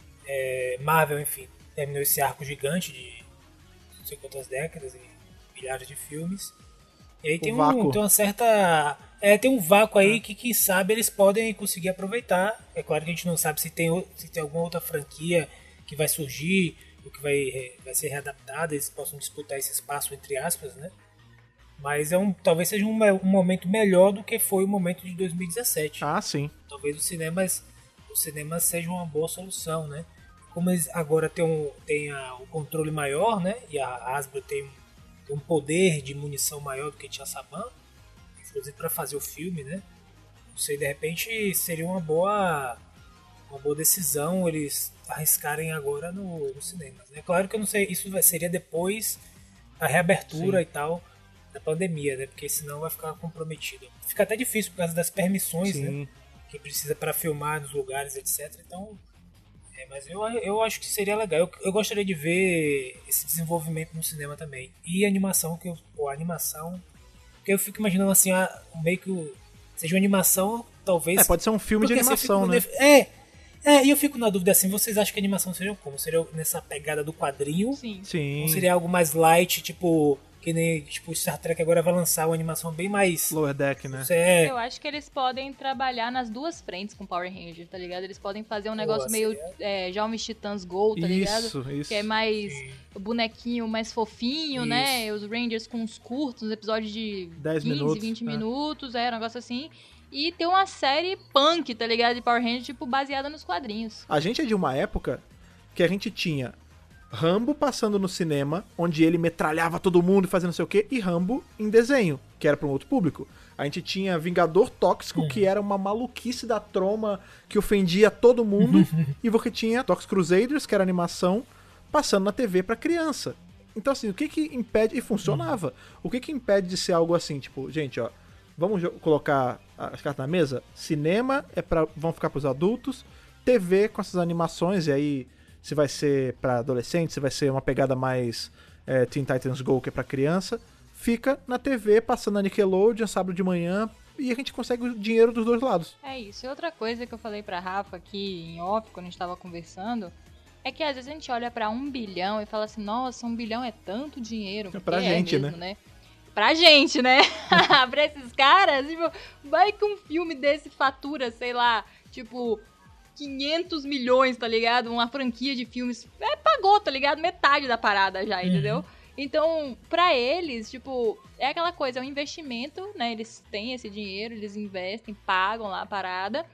É, Marvel, enfim, terminou esse arco gigante de não sei quantas décadas e milhares de filmes. E aí tem, um, tem uma certa. É, tem um vácuo aí que, quem sabe, eles podem conseguir aproveitar. É claro que a gente não sabe se tem, se tem alguma outra franquia que vai surgir, ou que vai, vai ser readaptada, eles possam disputar esse espaço, entre aspas, né? Mas é um, talvez seja um, um momento melhor do que foi o momento de dois mil e dezessete. Ah, sim. Talvez os cinemas, os cinemas sejam uma boa solução, né? Como eles agora têm, um, têm a, o controle maior, né? E a Hasbro tem um, tem um poder de munição maior do que tinha a Saban, inclusive para fazer o filme, né? Não sei, de repente seria uma boa, uma boa decisão eles arriscarem agora no, no cinema. Né? Claro que eu não sei, isso vai, seria depois da reabertura Sim. e tal da pandemia, né? Porque senão vai ficar comprometido. Fica até difícil por causa das permissões, Sim. né? Que precisa para filmar nos lugares, etcétera. Então, é, mas eu, eu acho que seria legal. Eu, eu gostaria de ver esse desenvolvimento no cinema também. E a animação, que eu, pô, a animação, porque eu fico imaginando assim, ah, meio que seja uma animação, talvez. É, pode ser um filme de animação, né? É. É, e eu fico na dúvida assim, vocês acham que a animação seria como? Seria nessa pegada do quadrinho? Sim. Sim. Ou seria algo mais light, tipo, que nem tipo Star Trek agora vai lançar uma animação bem mais Lower Deck, né? É... Eu acho que eles podem trabalhar nas duas frentes com Power Ranger, tá ligado? Eles podem fazer um negócio Boa, meio é, Jovens Titãs Go, tá ligado? Isso, isso. Que é mais Sim. o bonequinho mais fofinho, isso. né? Os Rangers com uns curtos, episódios de dez quinze, minutos, vinte é. minutos, é, um negócio assim. E ter uma série punk, tá ligado? De Power Ranger, tipo, baseada nos quadrinhos. A gente é de uma época que a gente tinha Rambo passando no cinema, onde ele metralhava todo mundo e fazendo não sei o quê, e Rambo em desenho, que era para um outro público. A gente tinha Vingador Tóxico, uhum. que era uma maluquice da troma que ofendia todo mundo, e você tinha Tox Crusaders, que era animação, passando na T V pra criança. Então, assim, o que que impede... E funcionava. Uhum. O que que impede de ser algo assim, tipo, gente, ó, vamos colocar as cartas na mesa? Cinema é pra, vão ficar pros adultos, T V com essas animações, e aí se vai ser pra adolescente, se vai ser uma pegada mais é, Teen Titans Go, que é pra criança, fica na T V, passando na Nickelodeon, sábado de manhã, e a gente consegue o dinheiro dos dois lados. É isso. E outra coisa que eu falei pra Rafa aqui em off, quando a gente tava conversando, é que às vezes a gente olha pra um bilhão e fala assim, nossa, um bilhão é tanto dinheiro. É pra gente, é mesmo, né? né? Pra gente, né? Pra esses caras, tipo, vai que um filme desse fatura, sei lá, tipo, quinhentos milhões, tá ligado? Uma franquia de filmes, é, pagou, tá ligado? Metade da parada já, uhum. entendeu? Então, pra eles, tipo, é aquela coisa, é um investimento, né? Eles têm esse dinheiro, eles investem, pagam lá a parada,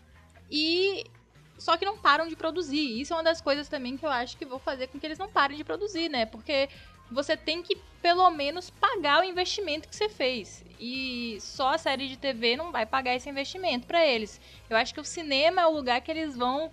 e... Só que não param de produzir. Isso é uma das coisas também que eu acho que vou fazer com que eles não parem de produzir, né? Porque você tem que, pelo menos, pagar o investimento que você fez. E só a série de T V não vai pagar esse investimento pra eles. Eu acho que o cinema é o lugar que eles vão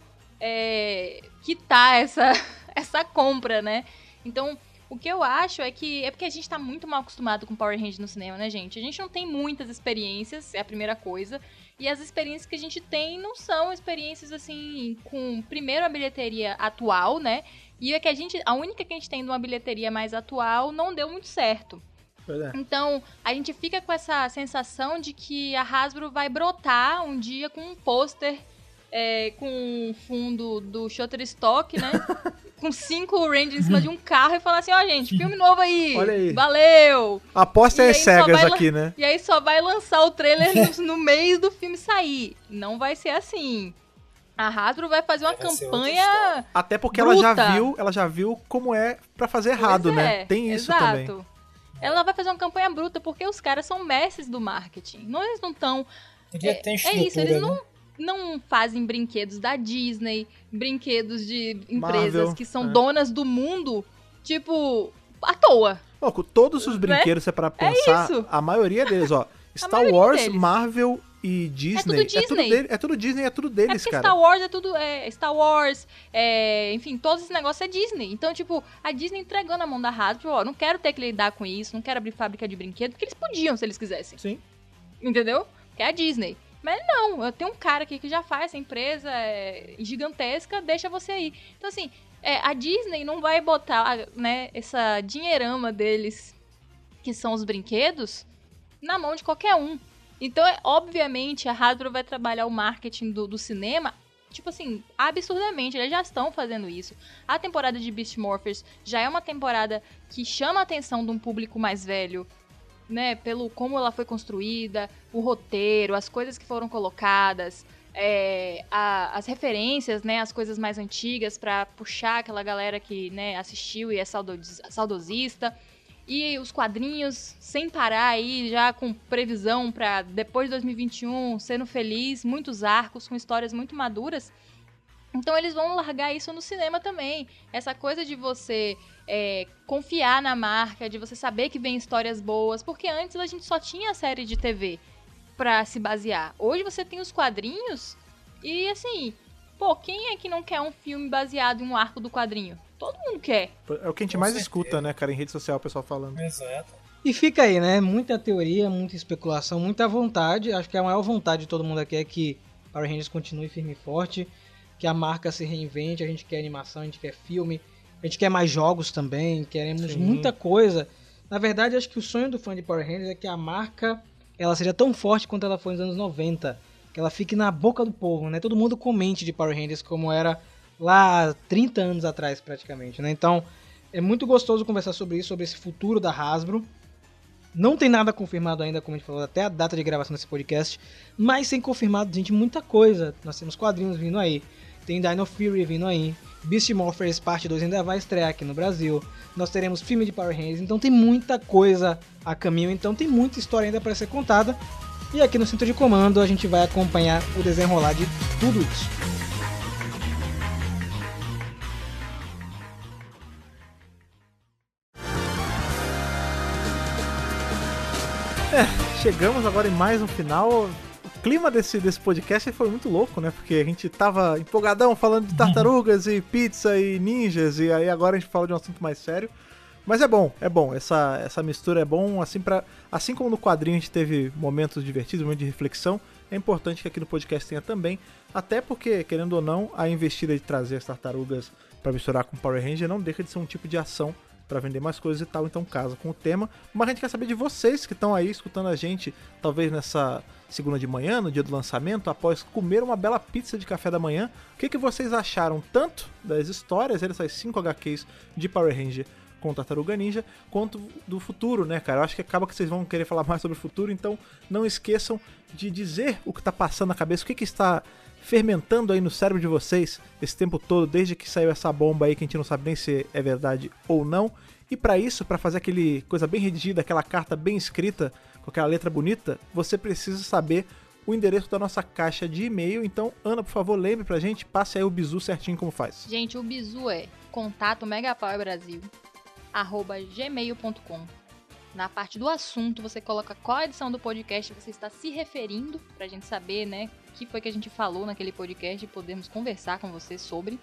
é, quitar essa, essa compra, né? Então, o que eu acho é que... É porque a gente tá muito mal acostumado com Power Rangers no cinema, né, gente? A gente não tem muitas experiências, é a primeira coisa. E as experiências que a gente tem não são experiências, assim, com, primeiro, a bilheteria atual, né? E é que a gente, a única que a gente tem de uma bilheteria mais atual não deu muito certo. É. Então, a gente fica com essa sensação de que a Hasbro vai brotar um dia com um pôster é, com um fundo do Shutterstock, né? Com cinco Rangers em cima de um carro e falar assim, ó, oh, gente, filme novo aí, olha aí, valeu! Aposta é cegas aqui, lan- né? E aí só vai lançar o trailer no, no mês do filme sair. Não vai ser assim. A Hasbro vai fazer uma vai campanha até porque bruta. ela já viu, ela já viu como é pra fazer errado, pois né? É, Tem isso exato. também. Ela vai fazer uma campanha bruta porque os caras são mestres do marketing. Não, eles não estão... Podia É, ter é estrutura, isso, eles não... né? não fazem brinquedos da Disney, brinquedos de empresas Marvel, que são é. donas do mundo, tipo, à toa. Ó, com todos os Né? brinquedos, você para pensar, isso. a maioria deles, ó, Star maioria Wars, deles. Marvel e Disney. tudo Disney. É tudo, dele, é tudo Disney, é tudo É deles, porque cara. Star Wars é tudo. É, Star Wars, é, enfim, todos esses negócios é Disney. Então, tipo, a Disney entregou na mão da Hasbro, ó, não quero ter que lidar com isso, não quero abrir fábrica de brinquedo, porque eles podiam se eles quisessem. Sim. Entendeu? Que é a Disney. Mas não, eu tenho um cara aqui que já faz essa empresa é, gigantesca, deixa você aí. Então, assim, é, a Disney não vai botar, né, essa dinheirama deles, que são os brinquedos, na mão de qualquer um. Então, é, obviamente, a Hasbro vai trabalhar o marketing do, do cinema, tipo assim, absurdamente. Eles já estão fazendo isso. A temporada de Beast Morphers já é uma temporada que chama a atenção de um público mais velho, né, pelo como ela foi construída, o roteiro, as coisas que foram colocadas, é, a, as referências, né, as coisas mais antigas pra puxar aquela galera que, né, assistiu e é saudos, saudosista. E os quadrinhos sem parar aí, já com previsão pra depois de dois mil e vinte e um, sendo feliz, muitos arcos com histórias muito maduras. Então eles vão largar isso no cinema também. Essa coisa de você é, confiar na marca, de você saber que vem histórias boas, porque antes a gente só tinha a série de T V pra se basear. Hoje você tem os quadrinhos e assim, pô, quem é que não quer um filme baseado em um arco do quadrinho? Todo mundo quer. É o que a gente Com mais certeza. escuta, né, cara, em rede social, o pessoal falando. Exato. E fica aí, né? Muita teoria, muita especulação, muita vontade. Acho que a maior vontade de todo mundo aqui é que Power Rangers continue firme e forte, que a marca se reinvente. A gente quer animação, a gente quer filme, a gente quer mais jogos também, queremos Sim. muita coisa. Na verdade, acho que o sonho do fã de Power Rangers é que a marca ela seja tão forte quanto ela foi nos anos noventa, que ela fique na boca do povo, né? Todo mundo comente de Power Rangers como era lá trinta anos atrás, praticamente, né? Então, é muito gostoso conversar sobre isso, sobre esse futuro da Hasbro. Não tem nada confirmado ainda, como a gente falou, até a data de gravação desse podcast, mas tem confirmado, gente, muita coisa. Nós temos quadrinhos vindo aí, tem Dino Fury vindo aí, Beast Morphers Parte dois ainda vai estrear aqui no Brasil, nós teremos filme de Power Rangers, então tem muita coisa a caminho, então tem muita história ainda para ser contada. E aqui no Centro de Comando a gente vai acompanhar o desenrolar de tudo isso. É, chegamos agora em mais um final. O clima desse, desse podcast foi muito louco, né? Porque a gente tava empolgadão falando de tartarugas e pizza e ninjas, e aí agora a gente fala de um assunto mais sério. Mas é bom, é bom. Essa, essa mistura é bom, assim, pra, assim como no quadrinho a gente teve momentos divertidos, momentos de reflexão, é importante que aqui no podcast tenha também, até porque, querendo ou não, a investida de trazer as tartarugas pra misturar com Power Ranger não deixa de ser um tipo de ação para vender mais coisas e tal, então casa com o tema. Mas a gente quer saber de vocês que estão aí escutando a gente, talvez nessa segunda de manhã, no dia do lançamento, após comer uma bela pizza de café da manhã. O que, que vocês acharam tanto das histórias, dessas cinco H Qs de Power Ranger com Tartaruga Ninja, quanto do futuro, né, cara? Eu acho que acaba que vocês vão querer falar mais sobre o futuro, então não esqueçam de dizer o que está passando na cabeça, o que, que está fermentando aí no cérebro de vocês esse tempo todo, desde que saiu essa bomba aí que a gente não sabe nem se é verdade ou não. E para isso, para fazer aquele coisa bem redigida, aquela carta bem escrita, com aquela letra bonita, você precisa saber o endereço da nossa caixa de e-mail. Então, Ana, por favor, lembre pra gente, passe aí o bizu certinho como faz. Gente, o bizu é contato megapowerbrasil arroba gmail ponto com. Na parte do assunto, você coloca qual edição do podcast você está se referindo, pra gente saber, né, o que foi que a gente falou naquele podcast e podermos conversar com você sobre.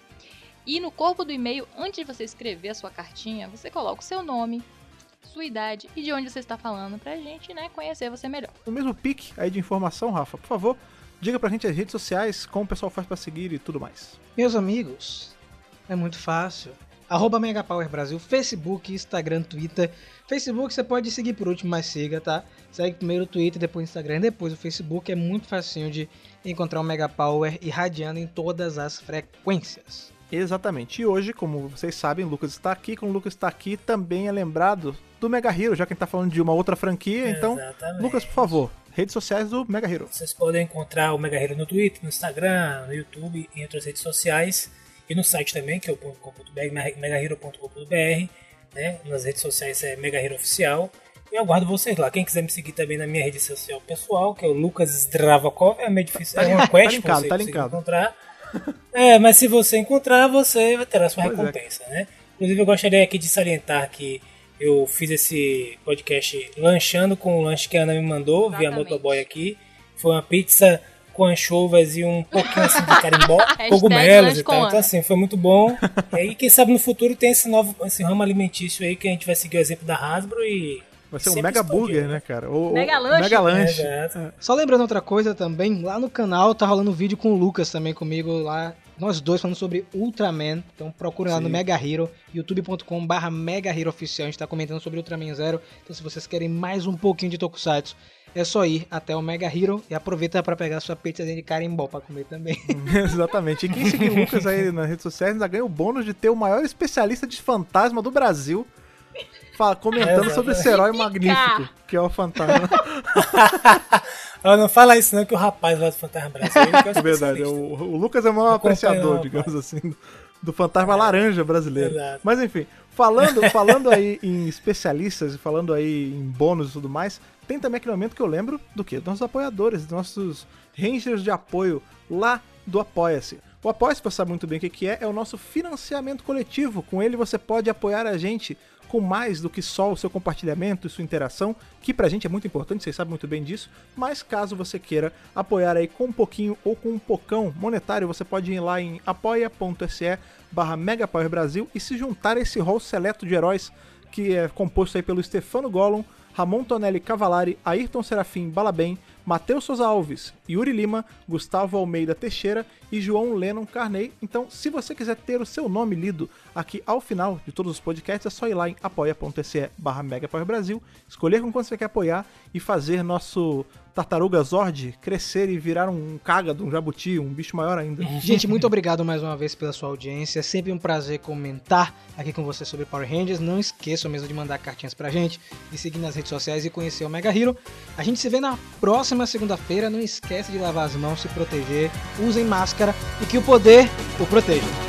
E no corpo do e-mail, antes de você escrever a sua cartinha, você coloca o seu nome, sua idade e de onde você está falando, pra gente, né, conhecer você melhor. No mesmo pique aí de informação, Rafa, por favor, diga pra gente as redes sociais, como o pessoal faz pra seguir e tudo mais. Meus amigos, é muito fácil. Arroba MegaPowerBrasil, Facebook, Instagram, Twitter. Facebook você pode seguir por último, mas siga, tá? Segue primeiro o Twitter, depois o Instagram, depois o Facebook. É muito facinho de encontrar o Megapower irradiando em todas as frequências. Exatamente. E hoje, como vocês sabem, o Lucas está aqui. Como o Lucas está aqui, também é lembrado do Mega Hero, já que a gente tá falando de uma outra franquia. Então, Exatamente. Lucas, por favor, redes sociais do Mega Hero. Vocês podem encontrar o Mega Hero no Twitter, no Instagram, no YouTube e em outras redes sociais. E no site também, que é o .com ponto br, megahero ponto com ponto br, né? Nas redes sociais é Mega Hero Oficial. E eu aguardo vocês lá. Quem quiser me seguir também na minha rede social pessoal, que é o Lucas Zdravakov, é meio difícil, é uma quest tá linkado, você tá conseguir linkado. encontrar. É, mas se você encontrar, você vai ter a sua Pois recompensa, é. né? Inclusive eu gostaria aqui de salientar que eu fiz esse podcast lanchando com o lanche que a Ana me mandou, Exatamente. via motoboy aqui. Foi uma pizza com anchovas e um pouquinho assim de carimbó, Hashtag cogumelos lanche e com tal. Ana. Então assim, foi muito bom. E aí, quem sabe no futuro tem esse novo esse ramo alimentício aí que a gente vai seguir o exemplo da Hasbro e... Vai ser um sempre mega expandir, burger, né, cara? O, o- Mega lanche. Mega lanche. É, exato. Só lembrando outra coisa também, lá no canal tá rolando vídeo com o Lucas também comigo lá, nós dois falando sobre Ultraman, então procura lá Sim. no Mega Hero, youtube ponto com barra Mega Hero Oficial, a gente tá comentando sobre Ultraman Zero, então se vocês querem mais um pouquinho de Tokusatsu, é só ir até o Mega Hero e aproveita pra pegar sua pizzazinha de carimbó pra comer também. Exatamente. E quem seguir o Lucas aí nas redes sociais ainda ganha o bônus de ter o maior especialista de fantasma do Brasil fala, comentando É, sobre esse herói magnífico, que é o fantasma. Ah, não fala isso não, que o rapaz lá do Fantasma Brasileiro... que é É verdade. especialista. O, o Lucas é o maior Acompanha apreciador, o digamos assim, do, do fantasma laranja brasileiro. Exato. Mas enfim, falando, falando aí em especialistas, falando aí em bônus e tudo mais, tem também aquele momento que eu lembro do quê? Dos nossos apoiadores, dos nossos rangers de apoio lá do Apoia-se. O Apoia-se, você sabe muito bem o que que é, é o nosso financiamento coletivo. Com ele você pode apoiar a gente com mais do que só o seu compartilhamento e sua interação, que pra gente é muito importante, vocês sabem muito bem disso, mas caso você queira apoiar aí com um pouquinho ou com um pocão monetário, você pode ir lá em apoia.se barra megapowerbrasil e se juntar a esse rol seleto de heróis que é composto aí pelo Stefano Gollum, Ramon Tonelli Cavalari, Ayrton Serafim Balabem, Matheus Souza Alves, Yuri Lima, Gustavo Almeida Teixeira e João Lennon Carney. Então, se você quiser ter o seu nome lido aqui ao final de todos os podcasts, é só ir lá em apoia.se barra megapowerbrasil, escolher com quanto você quer apoiar e fazer nosso Tartaruga Zord crescer e virar um cágado, um jabuti, um bicho maior ainda. Gente, muito obrigado mais uma vez pela sua audiência. É sempre um prazer comentar aqui com você sobre Power Rangers. Não esqueçam mesmo de mandar cartinhas pra gente, de seguir nas redes sociais e conhecer o Mega Hero. A gente se vê na próxima segunda-feira. Não esquece de lavar as mãos, se proteger, usem máscara e que o poder o proteja.